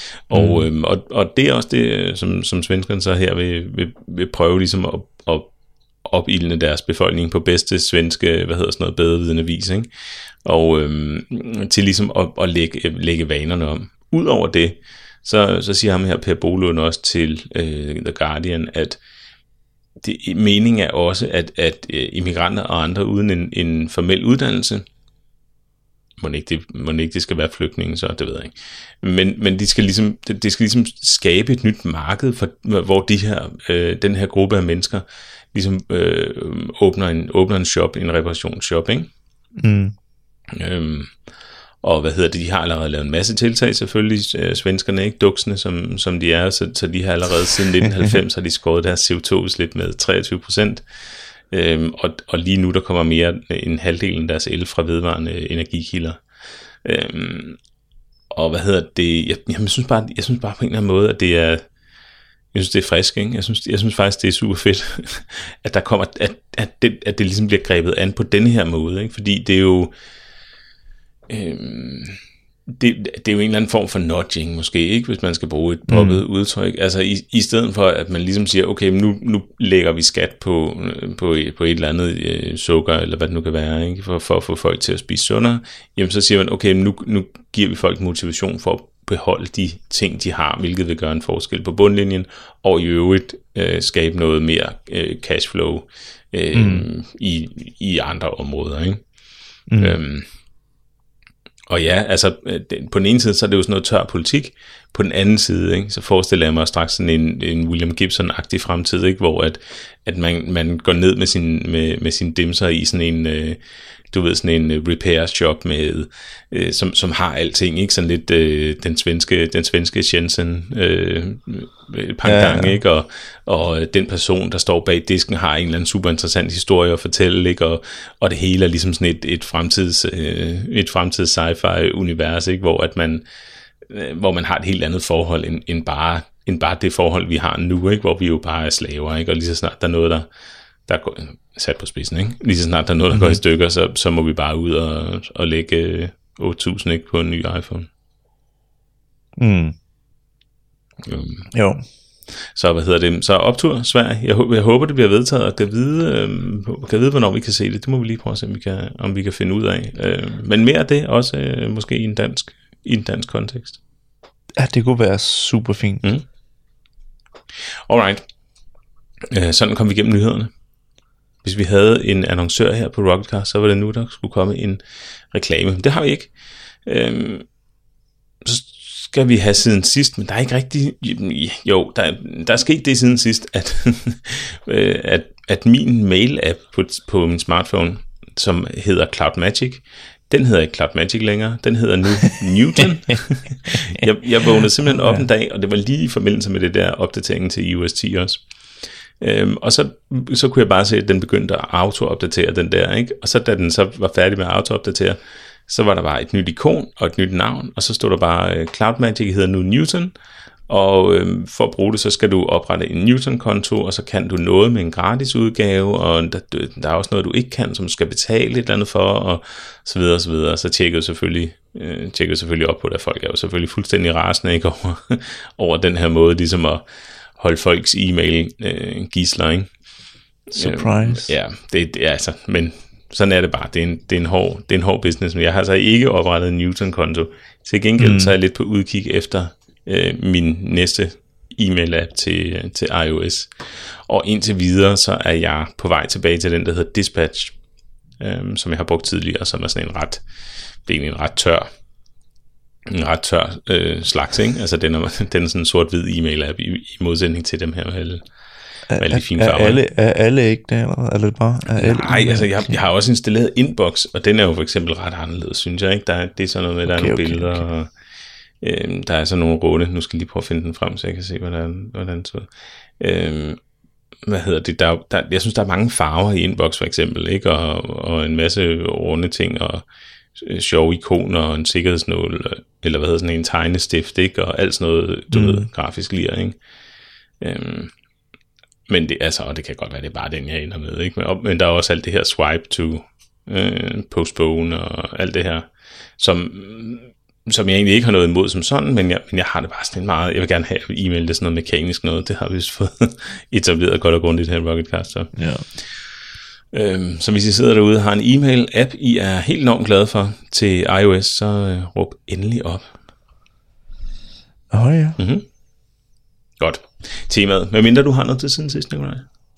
Og det er også det, som svenskerne så her vil prøve ligesom at opildne deres befolkning på bedste svenske, bedrevidende vis, ikke? Og til ligesom at lægge vanerne om. Udover det, så siger ham her Per Bolund også til The Guardian, at meningen er også, at immigranter og andre uden en formel uddannelse, må ikke det skal være flygtninge, så det ved jeg ikke. Men det skal ligesom skabe et nyt marked, hvor den her gruppe af mennesker ligesom åbner en shop, en reparationsshop, ikke? Og de har allerede lavet en masse tiltag selvfølgelig, svenskerne, ikke duksene, som de er, så de har allerede siden 1990 har de skåret deres CO2-udslip med 23%, og lige nu der kommer mere end halvdelen af deres el fra vedvarende energikilder. Og jeg synes bare på en eller anden måde, at det er, jeg synes det er frisk, ikke? Jeg synes faktisk det er super fedt, at der kommer, at det ligesom bliver grebet an på denne her måde, ikke? Fordi det er jo det er jo en eller anden form for nudging måske, ikke, hvis man skal bruge et poppet udtryk. Altså i stedet for at man ligesom siger, okay, nu lægger vi skat på et eller andet sukker eller hvad det nu kan være, ikke, for at få folk til at spise sundere. Jamen så siger man, okay, nu giver vi folk motivation for at beholde de ting de har, hvilket vil gøre en forskel på bundlinjen, og i øvrigt skabe noget mere cashflow i andre områder, ikke? Og ja, altså på den ene side, så er det jo sådan noget tør politik, på den anden side, ikke, så forestiller jeg mig straks sådan en William Gibson-agtig fremtid, ikke, hvor at man går ned med sin dimser i sådan en, du ved, sådan en repair shop med, som har alting, ikke, sådan lidt den svenske Shenzhen pangdang, ikke, og den person, der står bag disken, har en eller anden super interessant historie at fortælle, ikke, og det hele er ligesom sådan et fremtids sci-fi univers, ikke, hvor man har et helt andet forhold end bare det forhold, vi har nu, ikke, hvor vi jo bare er slaver, ikke, og lige så snart der er noget, der går sat på spidsen, ikke, lige så snart der er noget, der går i stykker, så må vi bare ud og lægge 8.000, ikke, på en ny iPhone. Jo. Så hvad hedder det? Så optur Sverige. Jeg håber det bliver vedtaget, og kan vide hvornår vi kan se det. Det må vi lige prøve at se om vi kan finde ud af. Men mere af det også måske i en dansk kontekst. Ja, det kunne være super fint. Alright. Sådan kom vi igennem nyhederne. Hvis vi havde en annoncør her på Rocketcast, så var det nu, der skulle komme en reklame. Det har vi ikke. Så skal vi have siden sidst, men der er ikke rigtig... Jo, der er sket det siden sidst, at min mail-app på min smartphone, som hedder CloudMagic, den hedder ikke CloudMagic længere, den hedder nu Newton. jeg vågnede simpelthen op en dag, og det var lige i forbindelse med det der opdateringen til iOS 10 også. Og så kunne jeg bare se, at den begyndte at auto-opdatere den der, ikke? Og så da den så var færdig med at auto-opdatere, så var der bare et nyt ikon og et nyt navn, og så stod der bare, CloudMagic hedder nu Newton, og for at bruge det, så skal du oprette en Newton-konto, og så kan du noget med en gratis udgave, og der er også noget, du ikke kan, som du skal betale et eller andet for, og så videre, og så videre. Så tjekkede jeg selvfølgelig op på det, folk er jo selvfølgelig fuldstændig rasende, ikke, over den her måde, ligesom at holde folks e-mail gidsler, ikke? Surprise. Ja, det er altså, men sådan er det bare. Det er en hård business, men jeg har altså ikke oprettet en Newton-konto. Til gengæld så er jeg lidt på udkig efter min næste e-mail-app til iOS. Og indtil videre, så er jeg på vej tilbage til den, der hedder Dispatch, som jeg har brugt tidligere, som er sådan en ret tør slags, ikke? Altså den er sådan en sort-hvid e-mail-app i modsætning til dem her med alle de fine farver. Er alle ikke det, eller er det bare? Nej, altså jeg har også installeret Inbox, og den er jo for eksempel ret anderledes, synes jeg, ikke? Det er sådan noget med, der er nogle billeder, og der er sådan nogle runde. Nu skal jeg lige prøve at finde den frem, så jeg kan se, hvordan det så. Hvad hedder det? Jeg synes, der er mange farver i Inbox for eksempel, ikke? Og en masse runde ting, og sjove ikoner, og en sikkerhedsnål, eller hvad hedder sådan en tegnestift, ikke? Og alt sådan noget, du ved, grafisk lir, ikke? Men det, altså, og det kan godt være, det er bare den, jeg ender med, ikke? Men der er også alt det her swipe to postpone, og alt det her, som jeg egentlig ikke har noget imod som sådan, men jeg har det bare sådan meget, jeg vil gerne have e-mail, det er sådan noget mekanisk noget, det har vi fået etableret godt og grundigt her i Rocketcast. Så. Ja. Så hvis I sidder derude og har en e-mail-app, I er helt enormt glade for til iOS, så råb endelig op. Ja. Godt. Temaet. Hvad mindre du har noget til siden sidst, Nikolaj?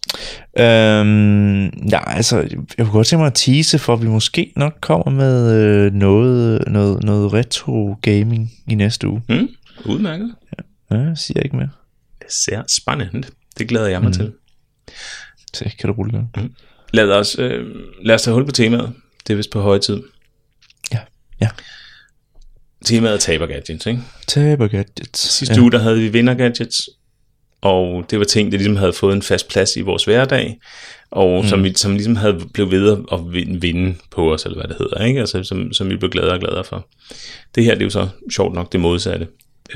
Ja, altså, jeg kunne godt tænke mig at tease, for at vi måske nok kommer med noget retro gaming i næste uge. Udmærket. Ja, siger jeg ikke mere. Det ser spændende. Det glæder jeg mig til. Så kan du rulle det. Lad os tage hul på temaet. Det er vist på høje tid. Ja. Temaet er taber-gadgets, ikke? Taber-gadgets. Sidste uge, der havde vi vinder-gadgets, og det var ting, der ligesom havde fået en fast plads i vores hverdag, og som ligesom havde blevet ved at vinde på os, eller hvad det hedder, ikke? Altså, som vi blev gladere og gladere for. Det her, det er jo så sjovt nok det modsatte.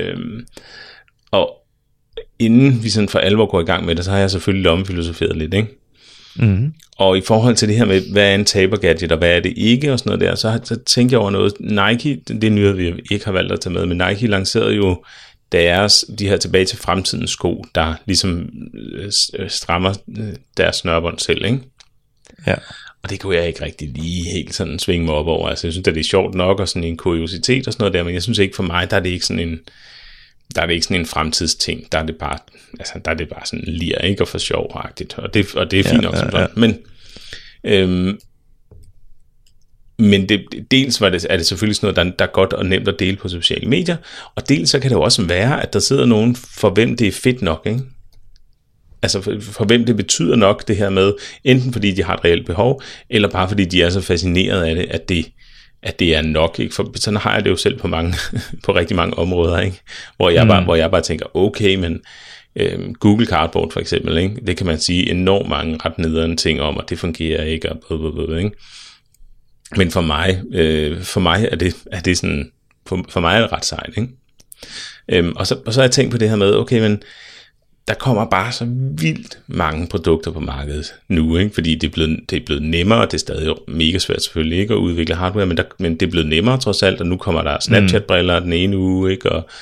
Og inden vi sådan for alvor går i gang med det, så har jeg selvfølgelig lommefilosoferet lidt, ikke? Og i forhold til det her med, hvad er en taber-gadget, og hvad er det ikke, og sådan noget der, så tænkte jeg over noget. Nike, det er nyhed, vi ikke har valgt at tage med, men Nike lancerede jo de her tilbage til fremtidens sko, der ligesom strammer deres snørbånd selv, ikke? Ja. Og det kunne jeg ikke rigtig lige helt sådan svinge mig op over. Altså, jeg synes, at det er sjovt nok, og sådan en kuriositet og sådan noget der, men jeg synes ikke, for mig, der er det ikke sådan en fremtidsting. Der er det bare sådan lir, ikke? Og for sjov-agtigt. Og det er fint nok som sådan. Men dels er det selvfølgelig sådan noget, der er godt og nemt at dele på sociale medier, og dels så kan det jo også være, at der sidder nogen, for hvem det er fedt nok, ikke? Altså for hvem det betyder nok det her med, enten fordi de har et reelt behov, eller bare fordi de er så fascineret af det, at det er nok, ikke? For sådan har jeg det jo selv på på rigtig mange områder, ikke? Hvor jeg bare tænker, okay, men Google Cardboard for eksempel, ikke? Det kan man sige enormt mange ret nederen ting om, og det fungerer ikke, og ikke? Men for mig er det sådan, for mig er det ret sejt, ikke? Og så har jeg tænkt på det her med, okay, men der kommer bare så vildt mange produkter på markedet nu, ikke? Fordi det er blevet nemmere, det er stadig mega svært selvfølgelig ikke at udvikle hardware, men det er blevet nemmere trods alt, og nu kommer der Snapchat-briller den ene uge, ikke? Og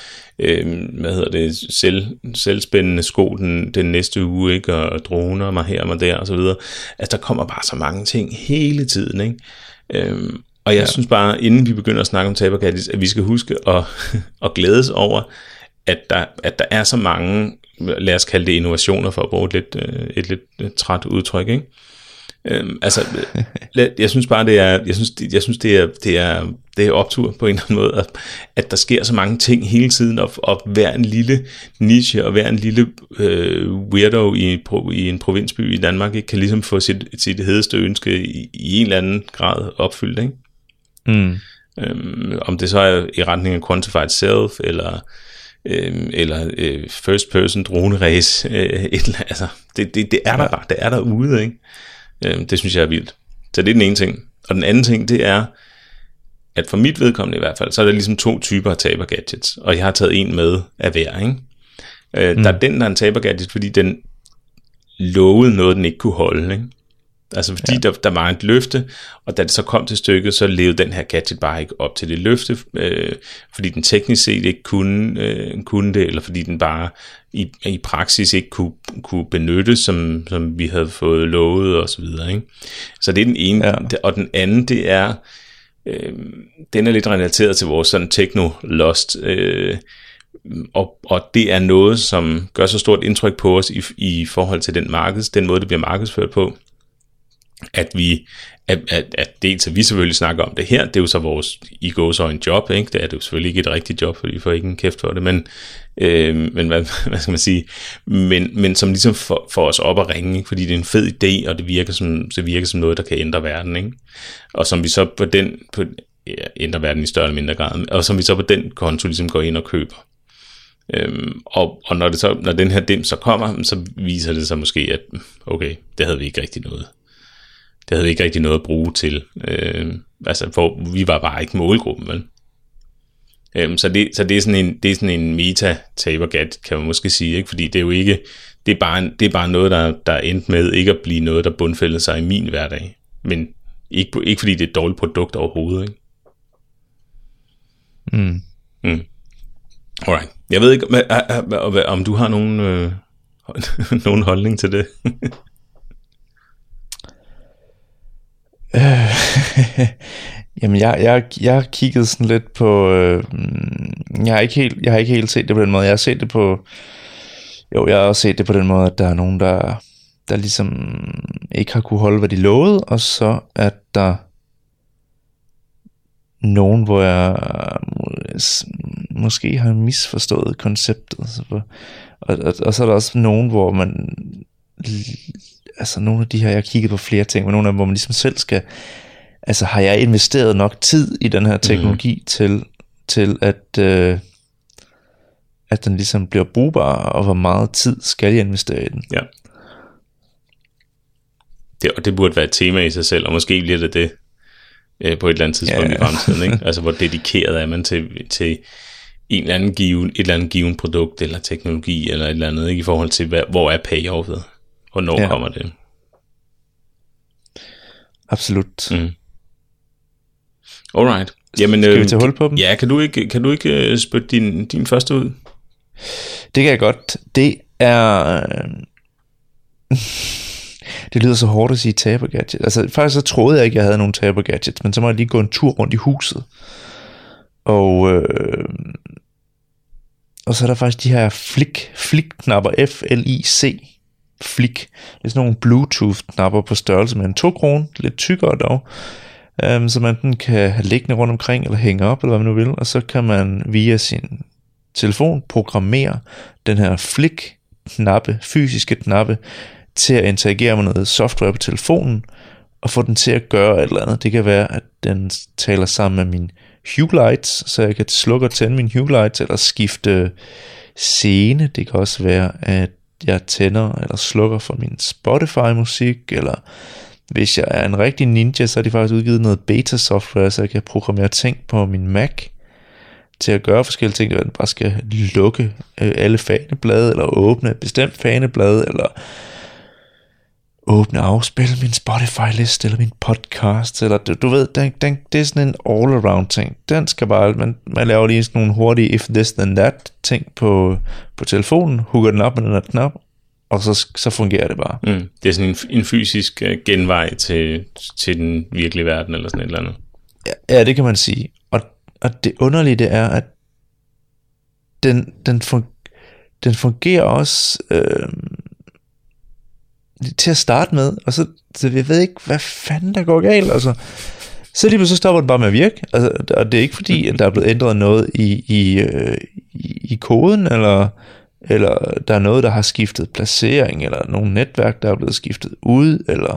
selvspændende sko den næste uge, ikke? Og droner, mig her og mig der, og så videre. Altså der kommer bare så mange ting hele tiden, ikke? Og jeg synes bare, inden vi begynder at snakke om tabergadgets, at vi skal huske at glædes over, at der er så mange, lad os kalde det innovationer, for at bruge et lidt træt udtryk, ikke? Jeg synes bare det er optur på en eller anden måde, at der sker så mange ting hele tiden, og hver en lille niche og hver en lille weirdo i en provinsby i Danmark ikke kan ligesom få sit hedeste ønske i en eller anden grad opfyldt, ikke? Om det så er i retning af quantified self eller first person drone race, altså det er der bare, det er derude, ikke? Det synes jeg er vildt. Så det er den ene ting. Og den anden ting, det er, at for mit vedkommende i hvert fald, så er der ligesom 2 typer af tabergadgets, og jeg har taget en med af hver, ikke? Der er den, der er en tabergadget, fordi den lovede noget, den ikke kunne holde, ikke? Altså fordi der var et løfte, og da det så kom til stykket, så levede den her gadget bare ikke op til det løfte, fordi den teknisk set ikke kunne det, eller fordi den bare i praksis ikke kunne benyttes, som vi havde fået lovet, og så videre, ikke? Så det er den ene, og den anden, det er, den er lidt relateret til vores sådan techno-lost, og det er noget, som gør så stort indtryk på os i forhold til den måde, det bliver markedsført på, at dels at vi selvfølgelig snakker om det her, det er jo så vores en job, ikke? Det er det jo selvfølgelig ikke et rigtigt job, fordi vi får ikke en kæft for det, men hvad skal man sige, men som ligesom får os op at ringe, ikke? Fordi det er en fed idé, og det virker som noget, der kan ændre verden, ikke? Og som vi så ændre verden i større eller mindre grad, og som vi så på den konto ligesom går ind og køber. Og når den her dims så kommer, så viser det sig måske, at okay, det havde vi ikke rigtig noget at bruge til, for vi var bare ikke målgruppen, vel? Så det er sådan en meta-tabergadget, kan man måske sige, ikke? Fordi det er jo ikke, det er bare noget, der er endt med ikke at blive noget, der bundfældede sig i min hverdag, men ikke fordi det er et dårligt produkt overhovedet, ikke? Alright. Jeg ved ikke, om du har nogen holdning til det. Jamen jeg kiggede sådan lidt på jeg har ikke helt set det på den måde. Jeg har set det på jeg har også set det på den måde, at der er nogen der ligesom ikke har kunne holde hvad de lovede, og så er der nogen, hvor jeg måske har misforstået konceptet, og så er der også nogen, hvor man, altså nogle af de her, jeg har kigget på flere ting, men nogle af dem, hvor man ligesom selv skal, altså har jeg investeret nok tid i den her teknologi til at den ligesom bliver brugbar, og hvor meget tid skal jeg investere i den? Ja. Det burde være et tema i sig selv, og måske bliver det på et eller andet tidspunkt i fremtiden, ikke? Altså hvor dedikeret er man til en eller anden et eller andet given produkt eller teknologi eller et eller andet, ikke? I forhold til hvor er payoffet, hvornår kommer det? Absolut. Alright. Jamen, skal vi tage hul på dem? Ja, kan du ikke spytte din første ud? Det kan jeg godt. Det er det lyder så hårdt at sige tabergadget. Altså faktisk så troede jeg ikke, jeg havde nogen tabergadgets, men så må jeg lige gå en tur rundt i huset. Og så er der faktisk de her flick-knapper, F-L-I-C, flick. Det er sådan nogle Bluetooth-knapper på størrelse med en 2 krone, lidt tykkere dog. som man enten kan have liggende rundt omkring, eller hænge op, eller hvad man nu vil, og så kan man via sin telefon programmere den her flick-knappe, fysiske knappe, til at interagere med noget software på telefonen, og få den til at gøre et eller andet. Det kan være, at den taler sammen med min Hue lights, så jeg kan slukke og tænde min Hue lights, eller skifte scene. Det kan også være, at jeg tænder eller slukker for min Spotify-musik, eller hvis jeg er en rigtig ninja, så har de faktisk udgivet noget beta-software, så jeg kan programmere ting på min Mac, til at gøre forskellige ting, at den bare skal lukke alle faneblade, eller åbne et bestemt faneblad, eller åbne og afspille min Spotify-liste, eller min podcast, eller du ved, det er sådan en all-around ting. Den skal bare, man laver lige sådan nogle hurtige if this then that ting på telefonen, hooker den op med den her knap, og så fungerer det bare. Det er sådan en fysisk genvej til den virkelige verden, eller sådan et eller andet. Ja, det kan man sige. Og det underlige, det er, at den fungerer også til at starte med, og så jeg ved ikke, hvad fanden der går galt, altså. Så lige så stopper den bare med at virke, altså, og det er ikke fordi, at der er blevet ændret noget i koden, eller der er noget, der har skiftet placering, eller nogle netværk, der er blevet skiftet ud, eller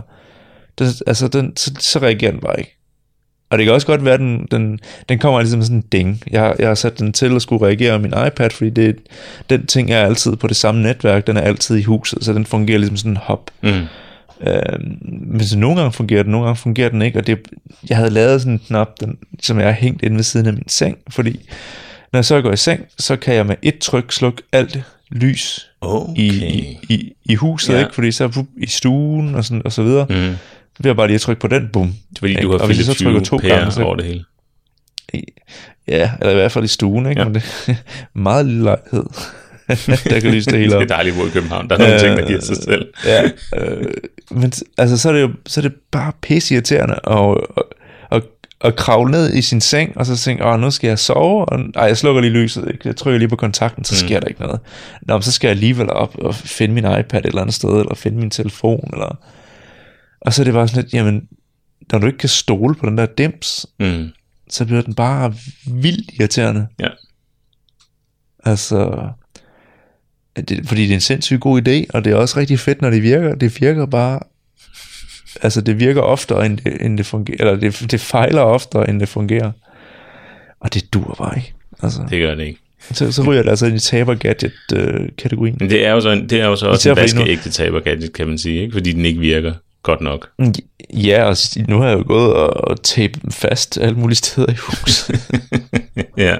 så reagerer den bare ikke. Og det kan også godt være, den kommer ligesom sådan en ding. Jeg har sat den til at skulle reagere med min iPad, fordi den ting er altid på det samme netværk, den er altid i huset, så den fungerer ligesom sådan en hop. Men så nogle gange fungerer den, nogle gange fungerer den ikke, og jeg havde lavet sådan en knap, som jeg har hængt inde ved siden af min seng, fordi når jeg så går i seng, så kan jeg med et tryk slukke alt lys i huset, ikke? Fordi så i stuen og så videre. Det er bare lige at trykke på den, bum. Det er fordi, du har Philips Hue over det hele. Ja, eller i hvert fald i stuen, ikke? Ja. Men det er meget lille lejlighed. Der kan lyse det hele op. Det er dejligt hvor i København. Der er nogle ting, der giver sig selv. Men altså, så er det bare pisseirriterende at kravle ned i sin seng, og så tænke, nu skal jeg sove, og jeg slukker lige lyset, ikke? Jeg trykker lige på kontakten, så sker der ikke noget. Nå, så skal jeg alligevel op og finde min iPad et eller andet sted, eller finde min telefon, eller... Og så er det bare sådan lidt, jamen, når du ikke kan stole på den der dims, så bliver den bare vildt irriterende. Ja. Altså, fordi det er en sindssygt god idé, og det er også rigtig fedt, når det virker. Det virker bare, altså det virker oftere, end det fungerer, eller det fejler oftere, end det fungerer. Og det dur bare ikke. Altså, det gør det ikke. Så ryger det altså ind i taber-gadget-kategorien. Men det er jo så også en vaskeægte taber-gadget, kan man sige, ikke? Fordi den ikke virker godt nok. Ja, og nu har jeg jo gået og tapet dem fast alle mulige steder i huset. Ja.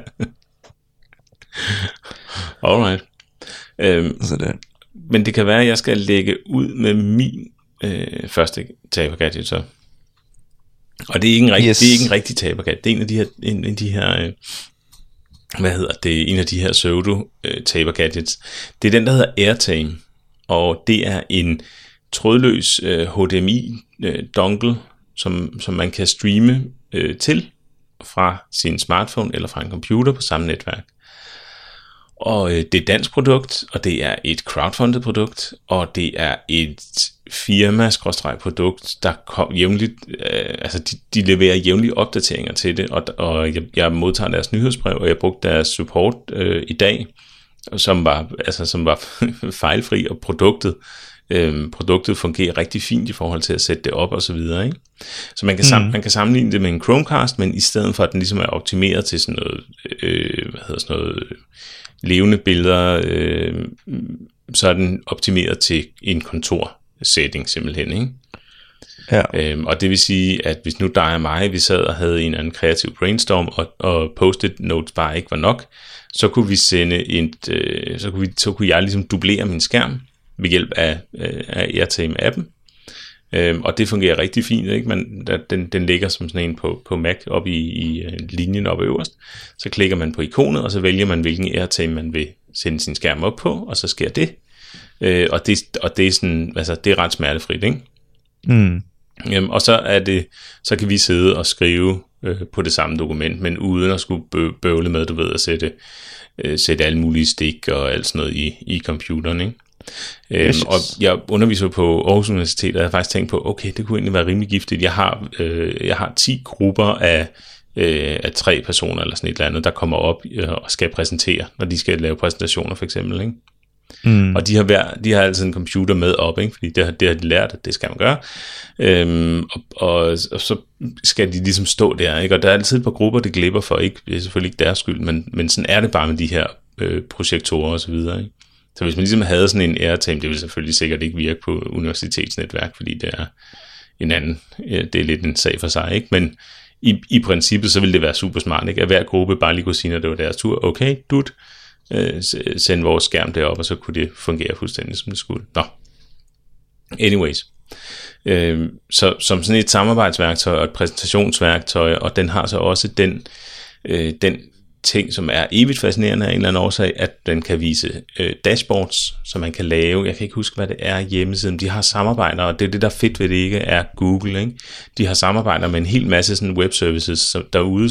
Alright. Så det. Men det kan være, at jeg skal lægge ud med min første taber-gadget så. Og det er ikke en rigtig taber-gadget. Det er en af de her hvad hedder det? En af de her pseudo taber-gadgets. Det er den, der hedder AirTame. Og det er en trådløs HDMI dongle, som man kan streame til fra sin smartphone eller fra en computer på samme netværk. Og det er et dansk produkt, og det er et crowdfundet produkt, og det er et firma-produkt, der jævnligt, altså de leverer jævnlige opdateringer til det, og jeg modtager deres nyhedsbrev, og jeg brugte deres support i dag, som var fejlfri, og produktet fungerer rigtig fint i forhold til at sætte det op og så videre, ikke? Så man kan sammenligne det med en Chromecast, men i stedet for at den ligesom er optimeret til sådan noget levende billeder, så er den optimeret til en kontorsetting simpelthen, ikke? Ja. Og det vil sige, at hvis nu dig og mig, vi sad og havde en eller anden kreativ brainstorm, og post-it notes bare ikke var nok, så kunne vi sende så kunne jeg ligesom dublere min skærm ved hjælp af AirTame-appen. Og det fungerer rigtig fint, ikke? Den ligger som sådan en på Mac op i linjen oppe øverst. Så klikker man på ikonet, og så vælger man, hvilken AirTame man vil sende sin skærm op på, og så sker det. Og det er sådan, altså det er ret smertefrit, ikke? Og så kan vi sidde og skrive på det samme dokument, men uden at skulle bøvle med, du ved, at sætte alle mulige stik og alt sådan noget i computeren, ikke? Yes. Og jeg underviser på Aarhus Universitet, og jeg har faktisk tænkt på, okay, det kunne egentlig være rimelig giftigt. Jeg har 10 grupper af 3 personer eller sådan et eller andet, der kommer op og skal præsentere, når de skal lave præsentationer for eksempel, ikke? Og de har altid en computer med op, ikke? Fordi det har de lært, at det skal man gøre. Og så skal de ligesom stå der, ikke? Og der er altid et par grupper, det glipper for, ikke? Det er selvfølgelig ikke deres skyld, men sådan er det bare med de her projektorer og så videre, ikke? Så hvis man ligesom havde sådan en airtime, det ville selvfølgelig sikkert ikke virke på universitetsnetværk, fordi det er det er lidt en sag for sig, ikke? Men i princippet, så ville det være super smart, ikke? At hver gruppe bare lige kunne sige, når det var deres tur, okay, send vores skærm derop, og så kunne det fungere fuldstændig, som det skulle. Nå. Anyways. Så som sådan et samarbejdsværktøj og et præsentationsværktøj, og den har så også den ting, som er evigt fascinerende af en eller anden årsag, at den kan vise dashboards, som man kan lave. Jeg kan ikke huske, hvad det er hjemmesiden. De har samarbejder, og det er det, der er fedt ved det ikke, er Google, ikke? De har samarbejder med en hel masse sådan webservices derude,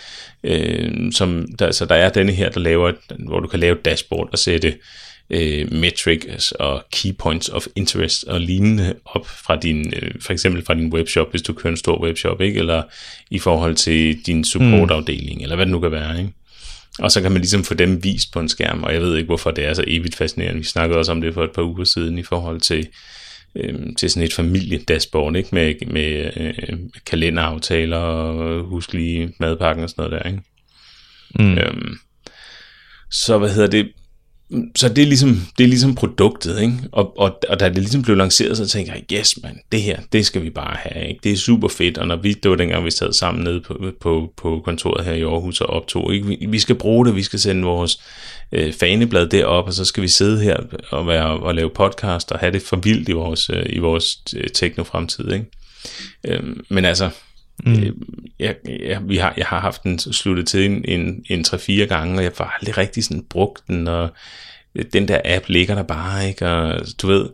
så der er denne her, der laver, hvor du kan lave et dashboard og sætte metrics og key points of interest og lignende op fra for eksempel fra din webshop, hvis du kører en stor webshop, ikke? Eller i forhold til din supportafdeling, eller hvad det nu kan være, ikke? Og så kan man ligesom få dem vist på en skærm, og jeg ved ikke, hvorfor det er så evigt fascinerende. Vi snakkede også om det for et par uger siden i forhold til sådan et familiedashboard, ikke? Med kalenderaftaler og huslige madpakken og sådan noget der, ikke? Så så det er ligesom produktet, ikke? Og da det ligesom blev lanceret, så tænkte jeg, yes man, det her, det skal vi bare have, ikke? Det er super fedt, og det var dengang, vi sad sammen nede på kontoret her i Aarhus og optog, ikke? Vi skal bruge det, vi skal sende vores faneblad derop, og så skal vi sidde her og lave podcast og have det for vildt i vores teknofremtid, ikke? Men altså, jeg har haft den sluttet til en 3-4 gange, og jeg har aldrig rigtig sådan brugt den, og den der app ligger der bare, ikke? Og du ved,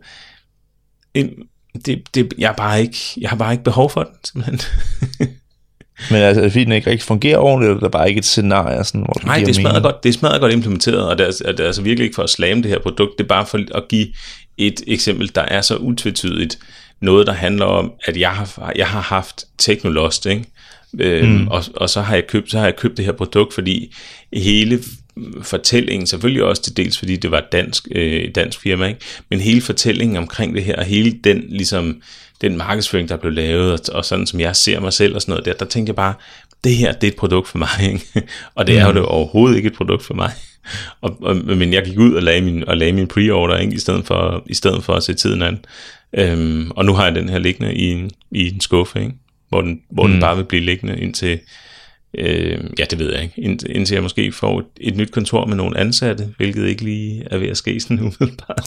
jeg har bare ikke behov for den, simpelthen. Men altså, fordi den ikke rigtig fungerer ordentligt, eller der er bare ikke et scenarie, sådan, hvor nej, det er smadret godt implementeret, og det er altså virkelig ikke for at slamme det her produkt, det er bare for at give et eksempel, der er så utvetydigt, noget, der handler om, at jeg har haft Technolost, ikke? Og så har jeg købt det her produkt, fordi hele fortællingen, selvfølgelig også til dels, fordi det var et dansk firma, ikke? Men hele fortællingen omkring det her, og hele den markedsføring, der blev lavet, og sådan som jeg ser mig selv og sådan noget der tænkte jeg bare, det her, det er et produkt for mig, ikke? Og det er jo det overhovedet ikke et produkt for mig. Men jeg gik ud og lagde min pre-order, ikke? I stedet for at se tiden an. Og nu har jeg den her liggende i en skuffe, ikke? Hvor den bare vil blive liggende indtil det ved jeg ikke, indtil jeg måske får et nyt kontor med nogle ansatte, hvilket ikke lige er ved at ske sådan umiddelbart.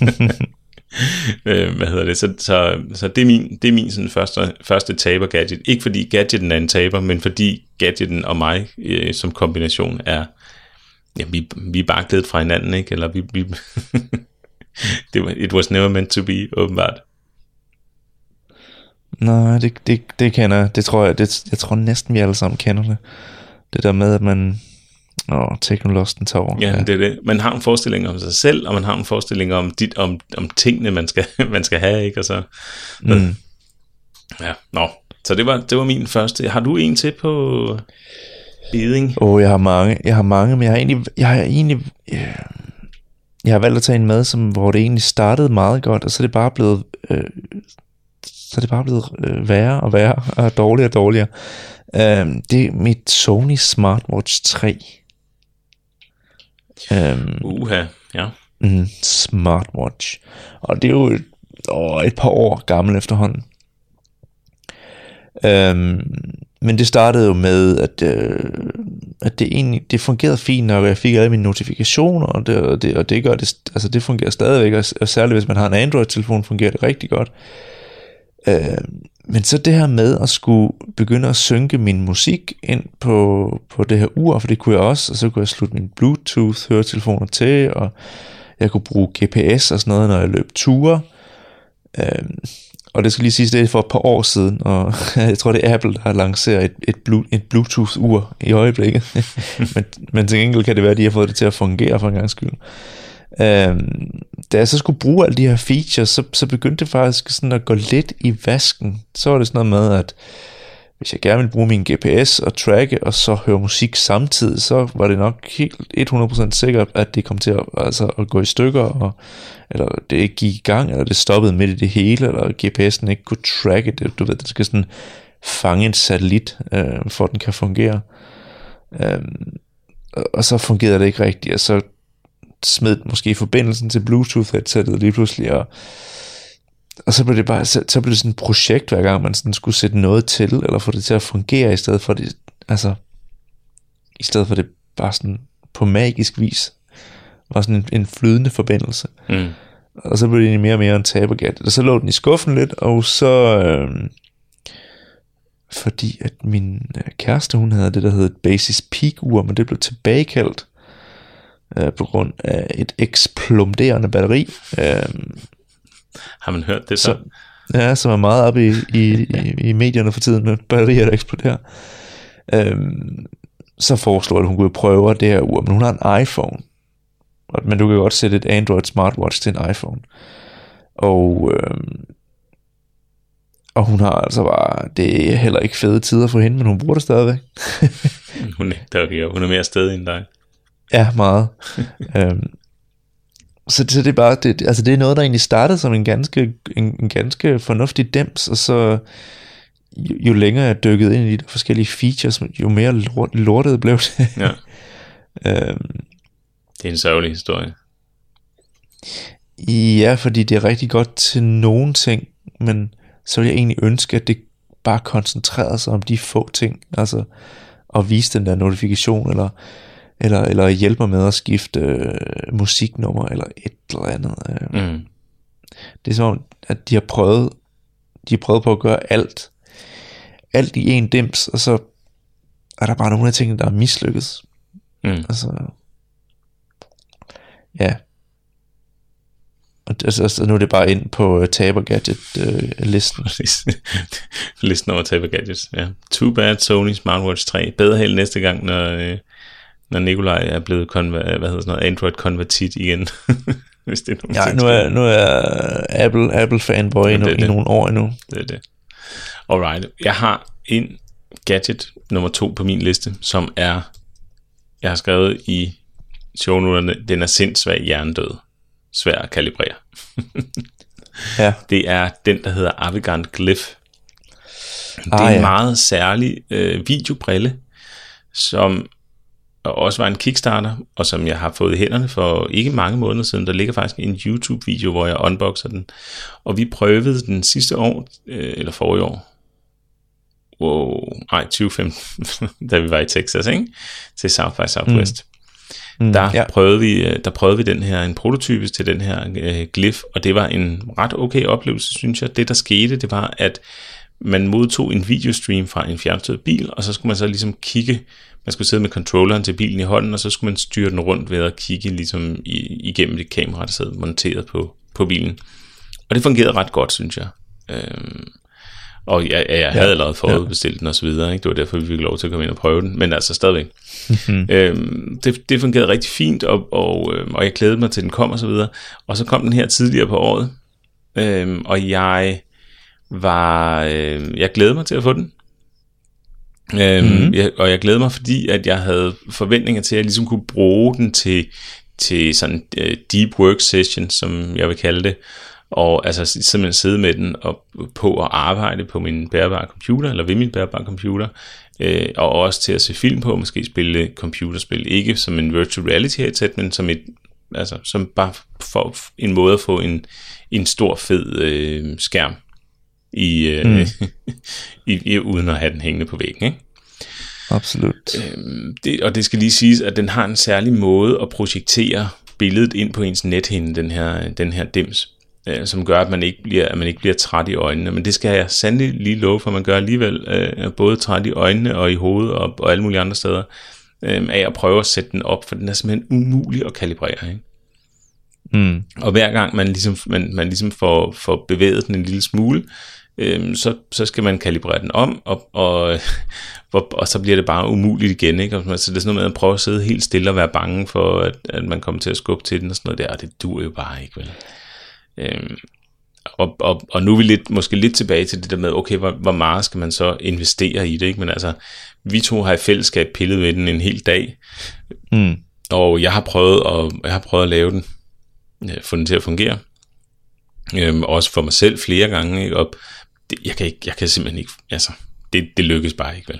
Hvad hedder det? Så det er min sådan første taber gadget. Ikke fordi gadgeten er en taber, men fordi gadgeten og mig som kombination er, ja, vi er bare glædet fra hinanden, ikke? Eller vi it was never meant to be, åbenbart. Nej, det kender jeg. Det tror jeg tror næsten vi alle sammen kender det. Det der med at man Technolosten tager over. Ja, det er det. Man har en forestilling om sig selv, og man har en forestilling om om tingene man skal have, ikke? Og så ja, så det var min første. Har du en til på beding? Jeg har mange, men jeg har valgt at tage en med, hvor det egentlig startede meget godt, og så er det bare blevet værre og værre, og dårligere og dårligere. Det er mit Sony Smartwatch 3. Ja. Smartwatch. Og det er jo et par år gammel efterhånden. Men det startede jo med, at det fungerede fint, når jeg fik alle mine notifikationer, og det gør det, altså det fungerer stadigvæk, og særligt hvis man har en Android-telefon, fungerer det rigtig godt. Men så det her med at skulle begynde at synke min musik ind på det her ur, for det kunne jeg også, og så kunne jeg slutte mine Bluetooth-høretelefoner til, og jeg kunne bruge GPS og sådan noget, når jeg løb ture. Og det skal lige siges, det er for et par år siden, og jeg tror det er Apple, der har lanceret et Bluetooth-ur i øjeblikket. men til gengæld kan det være, at de har fået det til at fungere for en gang skyld. Da jeg så skulle bruge alle de her features, så begyndte det faktisk sådan at gå lidt i vasken. Så var det sådan noget med, at hvis jeg gerne ville bruge min GPS og tracke, og så høre musik samtidig, så var det nok helt 100% sikkert, at det kom til at gå i stykker, eller det ikke gik i gang, eller det stoppede midt i det hele, eller GPS'en ikke kunne tracke det. Du ved, det skal sådan fange en satellit, for at den kan fungere. Og så fungerede det ikke rigtigt, og så smed måske forbindelsen til Bluetooth-headsettet lige pludselig, og så blev det bare, så blev det sådan et projekt, hver gang man sådan skulle sætte noget til, eller få det til at fungere, i stedet for det, altså, i stedet for det bare sådan på magisk vis, var sådan en flydende forbindelse. Og så blev det mere og mere en tabergat, og så lå den i skuffen lidt, og så, fordi at min kæreste, hun havde det, der hed et Basis Peak-ur, men det blev tilbagekaldt, på grund af et eksploderende batteri. Har man hørt det så? Ja, som er meget oppe i medierne for tiden med batterier, der eksploderer. Så foreslår at hun kunne prøve det her ur, men hun har en iPhone. Men du kan godt sætte et Android smartwatch til en iPhone. Og hun har altså bare, det er heller ikke fede tider for hende, men hun bruger det stadigvæk. Hun er mere stedig end dig. Ja, meget. Så det er bare, altså det er noget, der egentlig startede som en ganske fornuftig dims, og så jo længere jeg dykkede ind i de forskellige features, jo mere lortet blev det. Ja. Det er en sørgelig historie. Ja, fordi det er rigtig godt til nogle ting, men så vil jeg egentlig ønske, at det bare koncentrerede sig om de få ting, altså at vise den der notifikation, eller hjælpe mig med at skifte musiknummer, eller et eller andet. Det er som at de har prøvet på at gøre alt i en dims, og så er der bare nogle af tingene, der er mislykket. Altså, ja. Og altså, nu er det bare ind på taber-gadget-listen. Listen over taber-gadgets, ja. Too bad Sony Smartwatch 3. Bedre held næste gang, når Nikolaj er blevet Android-konvertit igen. Hvis det er nu er Apple fanboy i nogle år endnu. Det er det. Alright. Jeg har en gadget nummer 2 på min liste, som er, jeg har skrevet i shownoterne, den er sindssvag hjernedød. Svær at kalibrere. Ja. Det er den, der hedder Avegant Glyph. Det er en meget særlig videobrille, som også var en Kickstarter, og som jeg har fået i hænderne for ikke mange måneder siden. Der ligger faktisk en YouTube-video, hvor jeg unboxer den. Og vi prøvede den sidste år, eller forrige år. 2015, da vi var i Texas, ikke? Til South by Southwest. Der prøvede vi den her, en prototype til den her Glyph, og det var en ret okay oplevelse, synes jeg. Det der skete, det var, at man modtog en videostream fra en fjernstyret bil, og så skulle man så ligesom kigge, man skulle sidde med controlleren til bilen i hånden, og så skulle man styre den rundt ved at kigge ligesom igennem det kamera, der sad monteret på bilen. Og det fungerede ret godt, synes jeg. Og jeg havde allerede forudbestilt den og så videre, ikke? Det var derfor, vi fik lov til at komme ind og prøve den, men altså stadigvæk. Det fungerede rigtig fint, og jeg glædede mig til, den kom og så videre. Og så kom den her tidligere på året, og jeg glædede mig til at få den. Jeg glædede mig, fordi at jeg havde forventninger til, at jeg ligesom kunne bruge den til sådan deep work session, som jeg vil kalde det, og altså simpelthen sidde med den på at arbejde på min bærbare computer, eller ved min bærbare computer, og også til at se film på, måske spille computerspil, ikke som en virtual reality headset, men som bare for en måde at få en stor fed skærm uden at have den hængende på væggen, ikke? Absolut. Og det skal lige siges, at den har en særlig måde at projektere billedet ind på ens nethinde, den her dims, som gør, at man ikke bliver træt i øjnene. Men det skal jeg sandelig lige love for, man gør alligevel både træt i øjnene og i hovedet og alle mulige andre steder, af at prøve at sætte den op, for den er simpelthen umulig at kalibrere, ikke? Og hver gang man ligesom får bevæget den en lille smule, så skal man kalibrere den om, og så bliver det bare umuligt igen, ikke? Så det er sådan noget med at prøve at sidde helt stille og være bange for, at man kommer til at skubbe til den og sådan noget der, og det duer jo bare ikke, vel? Og nu er vi måske lidt tilbage til det der med, okay, hvor meget skal man så investere i det, ikke? Men altså, vi to har i fællesskab pillet ved den en hel dag, og jeg har prøvet at lave den, få den til at fungere, også for mig selv flere gange, ikke? Og jeg kan simpelthen ikke, altså, det lykkes bare ikke, vel?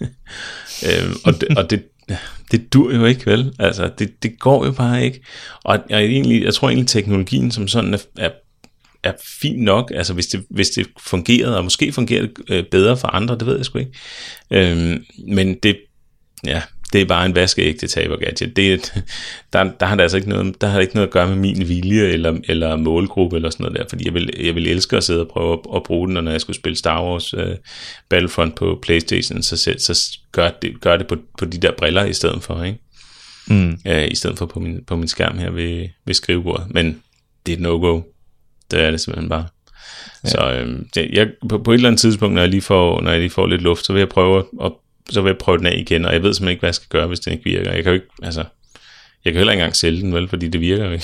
Og det dur jo ikke, vel? Altså, det går jo bare ikke. Og jeg tror egentlig, teknologien som sådan er fint nok, altså hvis det fungerede, og måske fungerer det bedre for andre, det ved jeg sgu ikke. Men det er bare en vaskeægte taber-gadget. Der har det altså ikke noget, at gøre med min vilje eller målgruppe eller sådan noget der, fordi jeg vil elske at sidde og prøve at bruge den, og når jeg skulle spille Star Wars Battlefront på PlayStation, så gør det på de der briller i stedet for, ikke? I stedet for på min skærm her ved skrivebordet. Men det er et no-go. Det er det simpelthen bare. Ja. Så på et eller andet tidspunkt, når jeg lige får lidt luft, så vil jeg prøve den af igen, og jeg ved simpelthen ikke, hvad jeg skal gøre, hvis den ikke virker. Jeg kan jo ikke, altså, jeg kan heller ikke engang sælge den, vel, fordi det virker jo ikke.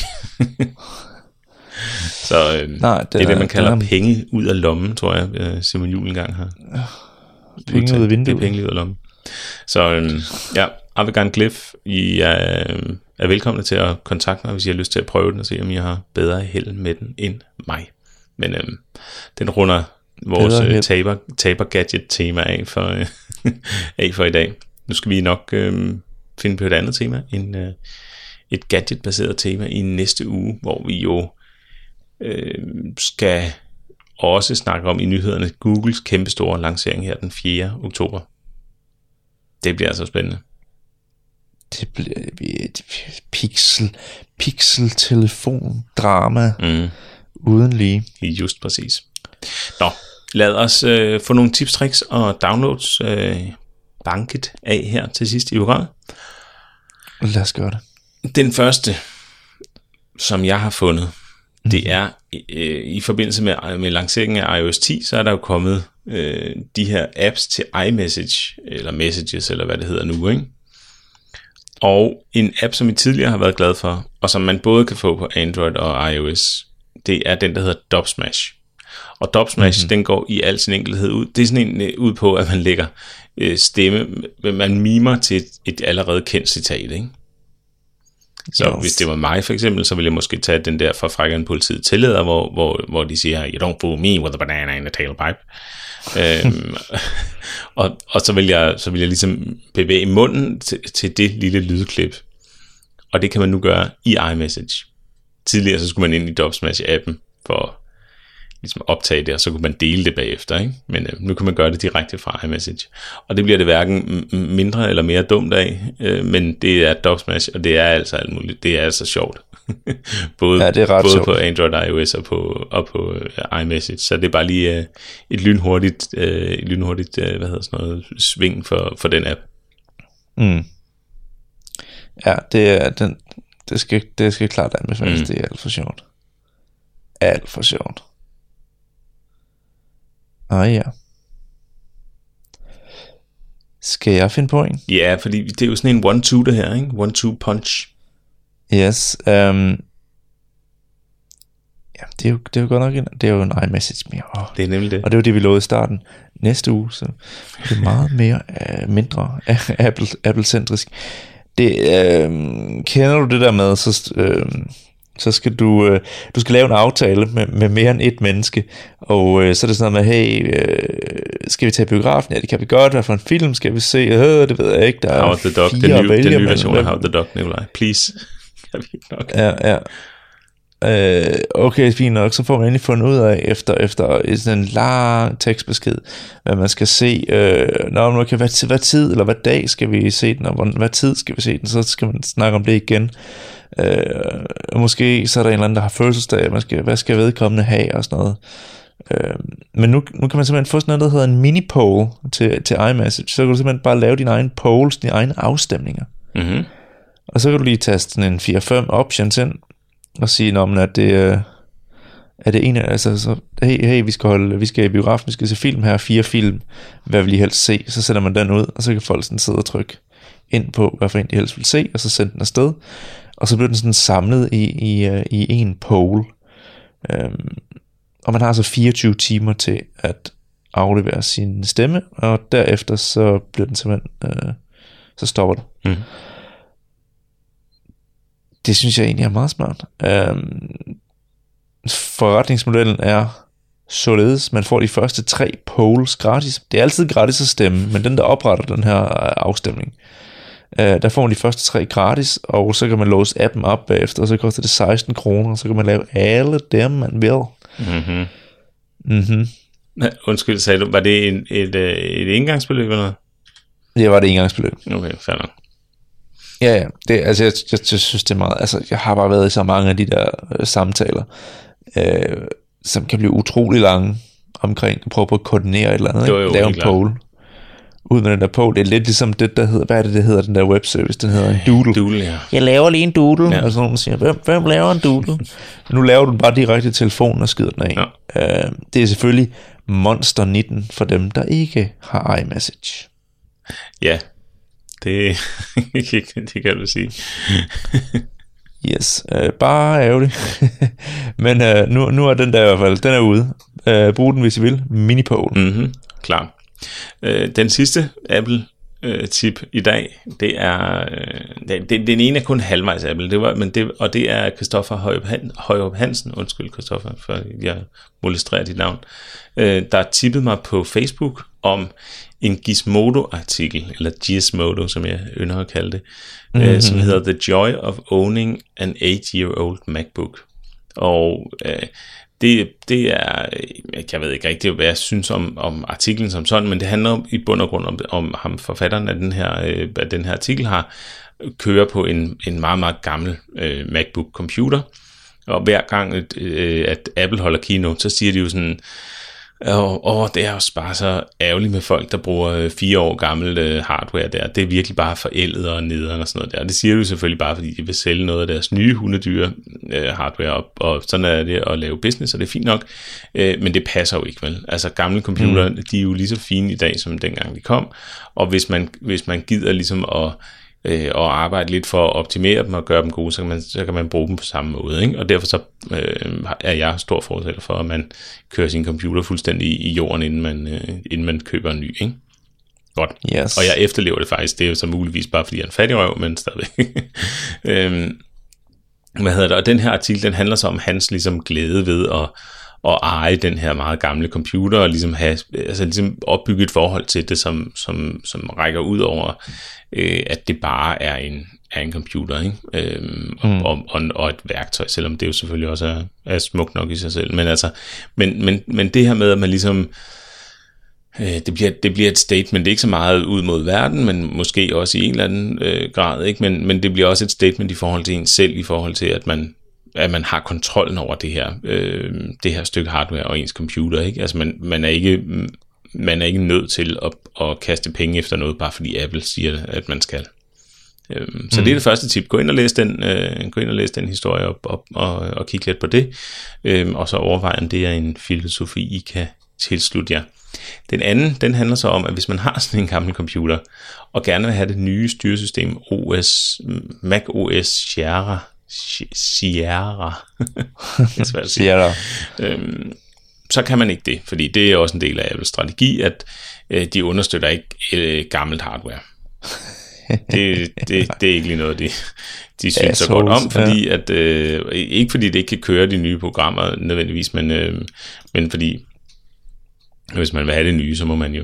Så nej, det er det, man kalder penge ud af lommen, tror jeg, Simon Juhl engang har. Penge ud af vinduet. Det er penge ud af lommen. Så Avigan Glyph, I er velkomne til at kontakte mig, hvis I har lyst til at prøve den, og se om I har bedre held med den end mig. Men den runder vores taber-gadget-tema af for i dag. Nu skal vi nok finde på et andet tema, et gadget-baseret tema i næste uge, hvor vi jo skal også snakke om i nyhederne Googles kæmpestore lancering her den 4. oktober. Det bliver altså spændende. Det bliver pixel-telefon-drama uden lige. Just præcis. Nå, lad os få nogle tips, tricks og downloads banket af her til sidst i programmet. Lad os gøre det. Den første, som jeg har fundet, det er i forbindelse med lanceringen af iOS 10, så er der jo kommet de her apps til iMessage, eller Messages, eller hvad det hedder nu, ikke? Og en app, som jeg tidligere har været glad for, og som man både kan få på Android og iOS, det er den, der hedder Dubsmash. Og Dubsmash, den går i al sin enkelhed ud. Det er sådan en ud på, at man lægger stemme, man mimer til et allerede kendt citat, ikke? Så hvis det var mig for eksempel, så ville jeg måske tage den der fra Frækkeren Politiet tillader, hvor de siger, you don't fool me with a banana in a tailpipe. og så vil jeg ligesom bevæge munden til det lille lydklip. Og det kan man nu gøre i iMessage. Tidligere så skulle man ind i Dubsmash-appen for ligesom optage det, og så kunne man dele det bagefter, ikke? Men nu kan man gøre det direkte fra iMessage. Og det bliver det hverken mindre eller mere dumt af, men det er Dubsmash, og det er altså alt muligt. Det er altså sjovt. både sjovt. På Android og iOS og på iMessage. Så det er bare lige et lynhurtigt hvad hedder sådan noget, sving for den app. Ja, det skal klart anbefales. Det er alt for sjovt. Alt for sjovt. Ja. Skal jeg finde på en? Ja, fordi det er jo sådan en 1-2 det her, ikke? 1-2 punch. Yes. Ja, det er jo godt nok det er jo en iMessage mere. Det er nemlig det. Og det var det, vi lovede i starten. Næste uge, så det er meget mere mindre Apple-centrisk. Det, kender du det der med, så skal du skal lave en aftale med mere end et menneske, og så er det sådan noget med, hey, skal vi tage biografen? Ja, det kan vi godt. Hvad for en film skal vi se? Det ved jeg ikke. Der er the Duck, den nye version af How the Duck, Nikolaj. Please. Ja. Okay, fint nok. Så får man endelig fundet ud af efter sådan en lang tekstbesked, hvad man skal se. Hvad tid eller hvad dag skal vi se den, og hvad tid skal vi se den, så skal man snakke om det igen. Måske så er der en eller anden, der har fødselsdag, hvad skal vedkommende have og sådan noget. Men nu kan man simpelthen få sådan noget, der hedder en mini-poll til iMessage. Så kan du simpelthen bare lave dine egne polls, dine egne afstemninger. Og så kan du lige taste sådan en 4-5 options ind og sige, at Er det en af, altså så, hey, vi skal i biografen, vi skal se film her, 4 film, hvad vil I helst se? Så sender man den ud, og så kan folk sådan sidde og trykke ind på, hvad for en de helst vil se, og så sende den afsted, og så bliver den sådan samlet i en poll, og man har så 24 timer til at aflevere sin stemme, og derefter så bliver den simpelthen, så stopper det. Det synes jeg egentlig er meget smart. Forretningsmodellen er således, man får de første 3 polls gratis. Det er altid gratis at stemme, men den der opretter den her afstemning, der får man de første 3 gratis, og så kan man låse appen op bagefter, og så koster det 16 kroner, og så kan man lave alle dem man vil. Undskyld, sagde du, var det et engangsbeløb eller noget? Det var det engangsbeløb. Okay, fair nok. Ja, det, altså jeg synes det er meget, altså jeg har bare været i så mange af de der samtaler, som kan blive utrolig lange omkring at prøve på at koordinere et eller andet, jo, lave en poll. Ud med den der poll, det er lidt ligesom det der hedder, hvad er det hedder, den der webservice, den hedder en doodle. Ja. Jeg laver lige en doodle, og så nogen siger, hvem laver en doodle? Nu laver du den bare direkte i telefonen og skider den af. Ja. Det er selvfølgelig monster 19 for dem, der ikke har iMessage. Ja, det kan du sige. Yes, bare ærgerligt. Men nu er den der i hvert fald, den er ude. Brug den, hvis I vil. Mini-poll. Klar. Den sidste Apple-tip i dag, det er den ene er kun halvvejs Apple, det er Christoffer Højrup Hansen, undskyld Christoffer, for jeg molestrerer dit navn, der tippede mig på Facebook om en Gizmodo-artikel, eller Gizmodo, som jeg ynder at kalde det, som hedder The Joy of Owning an 8-Year-Old MacBook. Og det er, jeg ved ikke rigtig, hvad jeg synes om artiklen som sådan, men det handler i bund og grund om ham, forfatteren af den her artikel kører på en meget, meget gammel MacBook computer, og hver gang at Apple holder keynote, så siger de jo sådan, det er jo bare så ærgerligt med folk, der bruger 4 år gammel hardware der. Det er virkelig bare forældet og nederen og sådan noget der. Det siger de jo selvfølgelig bare, fordi de vil sælge noget af deres nye hundedyre hardware op, og sådan er det at lave business, og det er fint nok. Men det passer jo ikke, vel? Altså gamle computere, de er jo lige så fine i dag, som dengang de kom. Og hvis man gider ligesom at arbejde lidt for at optimere dem og gøre dem gode, så kan man bruge dem på samme måde, ikke? Og derfor så er jeg stor fortaler for, at man kører sin computer fuldstændig i jorden, inden man køber en ny, ikke? Godt. Yes. Og jeg efterlever det faktisk. Det er jo så muligvis bare fordi jeg er en fattig røv, men stadigvæk. Og den her artikel, den handler så om hans ligesom glæde ved at eje den her meget gamle computer, og ligesom ligesom opbygge et forhold til det, som rækker ud over, at det bare er en computer, ikke? Og et værktøj, selvom det jo selvfølgelig også er smukt nok i sig selv. Men altså, men det her med, at man ligesom det bliver et statement, det er ikke så meget ud mod verden, men måske også i en eller anden grad, ikke? Men det bliver også et statement i forhold til en selv, i forhold til at man har kontrollen over det her stykke hardware og ens computer, ikke? Altså man er ikke nødt til at kaste penge efter noget, bare fordi Apple siger, at man skal. Så det er det første tip. Gå ind og læs den historie op og kigge lidt på det, og så overvej, om det er en filosofi, I kan tilslutte jer. Den anden, den handler så om, at hvis man har sådan en gammel computer, og gerne vil have det nye styresystem Mac OS Sierra Sierra. Så kan man ikke det, fordi det er også en del af Apples strategi, at de understøtter ikke gammelt hardware. Det er ikke lige noget, de synes så godt om, fordi at ikke fordi det ikke kan køre de nye programmer nødvendigvis, men fordi hvis man vil have det nye, så må man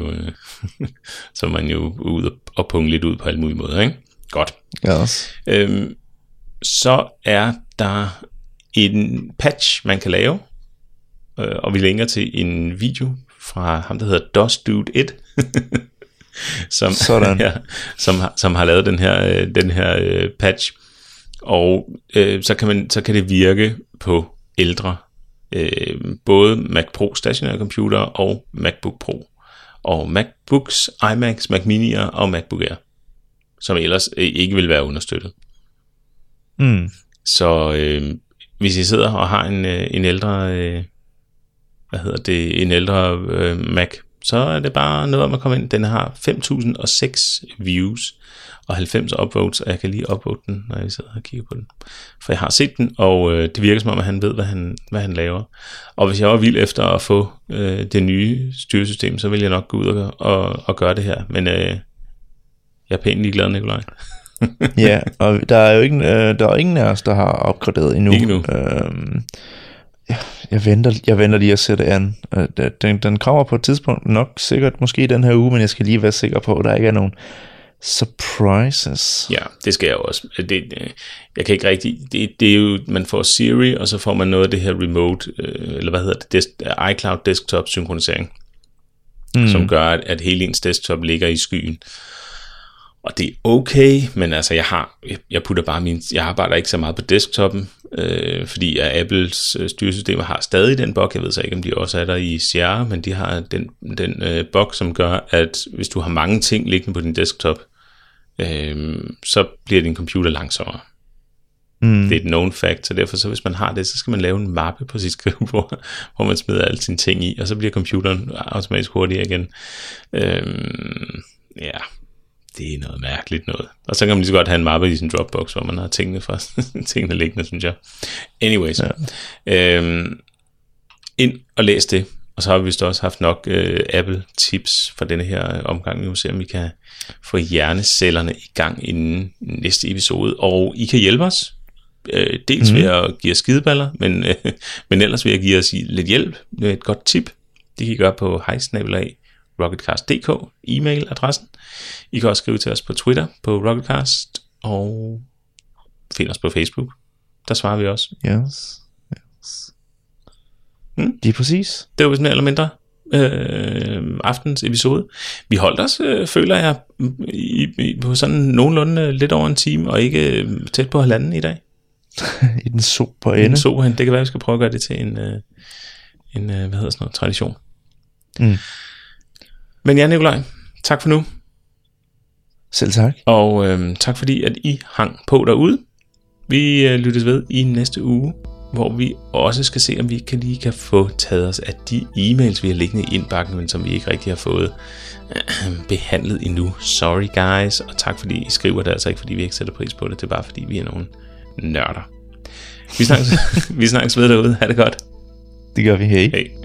jo ud og punge lidt ud på alle mulige måder, ikke? Godt. Yes. Så er der en patch, man kan lave, og vi linker til en video fra ham, der hedder DOSDude1, som har lavet den her patch, og så kan det virke på ældre både Mac Pro stationære computer og MacBook Pro, og MacBooks, iMacs, Mac Mini'er og MacBook Air, som ellers ikke vil være understøttet. Så hvis I sidder og har en ældre en ældre Mac, så er det bare noget om at komme ind. Den har 5.006 views og 90 upvotes, og jeg kan lige upvote den, når jeg sidder og kigger på den. For jeg har set den, og det virker som om, at han ved, hvad han laver. Og hvis jeg var vild efter at få det nye styresystem, så vil jeg nok gå ud og gøre det her. Men jeg er pænt ligeglad, Nikolaj. Ja, og der er jo ingen af os, der har opgraderet endnu. Ikke nu. Jeg venter lige at sætte an. Den kommer på et tidspunkt, nok sikkert måske den her uge, men jeg skal lige være sikker på, at der ikke er nogen surprises. Ja, det skal jeg også. Jeg kan ikke rigtig. Det er jo, man får Siri, og så får man noget af det her remote, eller hvad hedder det, iCloud desktop synkronisering, som gør, at hele ens desktop ligger i skyen. Og det er okay, men altså jeg putter bare jeg arbejder ikke så meget på desktoppen, fordi Apples styresystemer har stadig den bug. Jeg ved så ikke, om de også er der i Sierra, men de har den bug, som gør, at hvis du har mange ting liggende på din desktop, så bliver din computer langsommere. Det er et known fact, så derfor så hvis man har det, så skal man lave en mappe på sit skrivebord, hvor man smider alle sine ting i, og så bliver computeren automatisk hurtigere igen. Ja, det er noget mærkeligt noget. Og så kan man lige så godt have en mappe i sin Dropbox, hvor man har tingene liggende, synes jeg. Anyways. Ja. Ind og læs det. Og så har vi vist også haft nok Apple tips for denne her omgang. Vi må se, om vi kan få hjernecellerne i gang inden næste episode. Og I kan hjælpe os. Dels ved at give os skideballer, men ellers ved at give os lidt hjælp med et godt tip. Det kan I gøre på hej@rocketcast.dk, e-mailadressen. I kan også skrive til os på Twitter på Rocketcast, og find os på Facebook. Der svarer vi også. Yes. Det er præcis. Det var vist mere eller mindre aftens episode. Vi holdt os, føler jeg, på sådan nogenlunde lidt over en time, og ikke tæt på halvanden i dag. I den super ende. Det kan være, vi skal prøve at gøre det til en hvad hedder sådan noget, tradition. Men ja, Nikolaj, tak for nu. Selv tak. Og tak fordi, at I hang på derude. Vi lyttes ved i næste uge, hvor vi også skal se, om vi lige kan få taget os af de e-mails, vi har liggende i indbakken, men som vi ikke rigtig har fået behandlet endnu. Sorry guys, og tak fordi I skriver det, altså ikke fordi vi ikke sætter pris på det, det er bare fordi vi er nogle nørder. Vi snakkes ved derude. Ha' det godt. Det gør vi. Hej. Hej.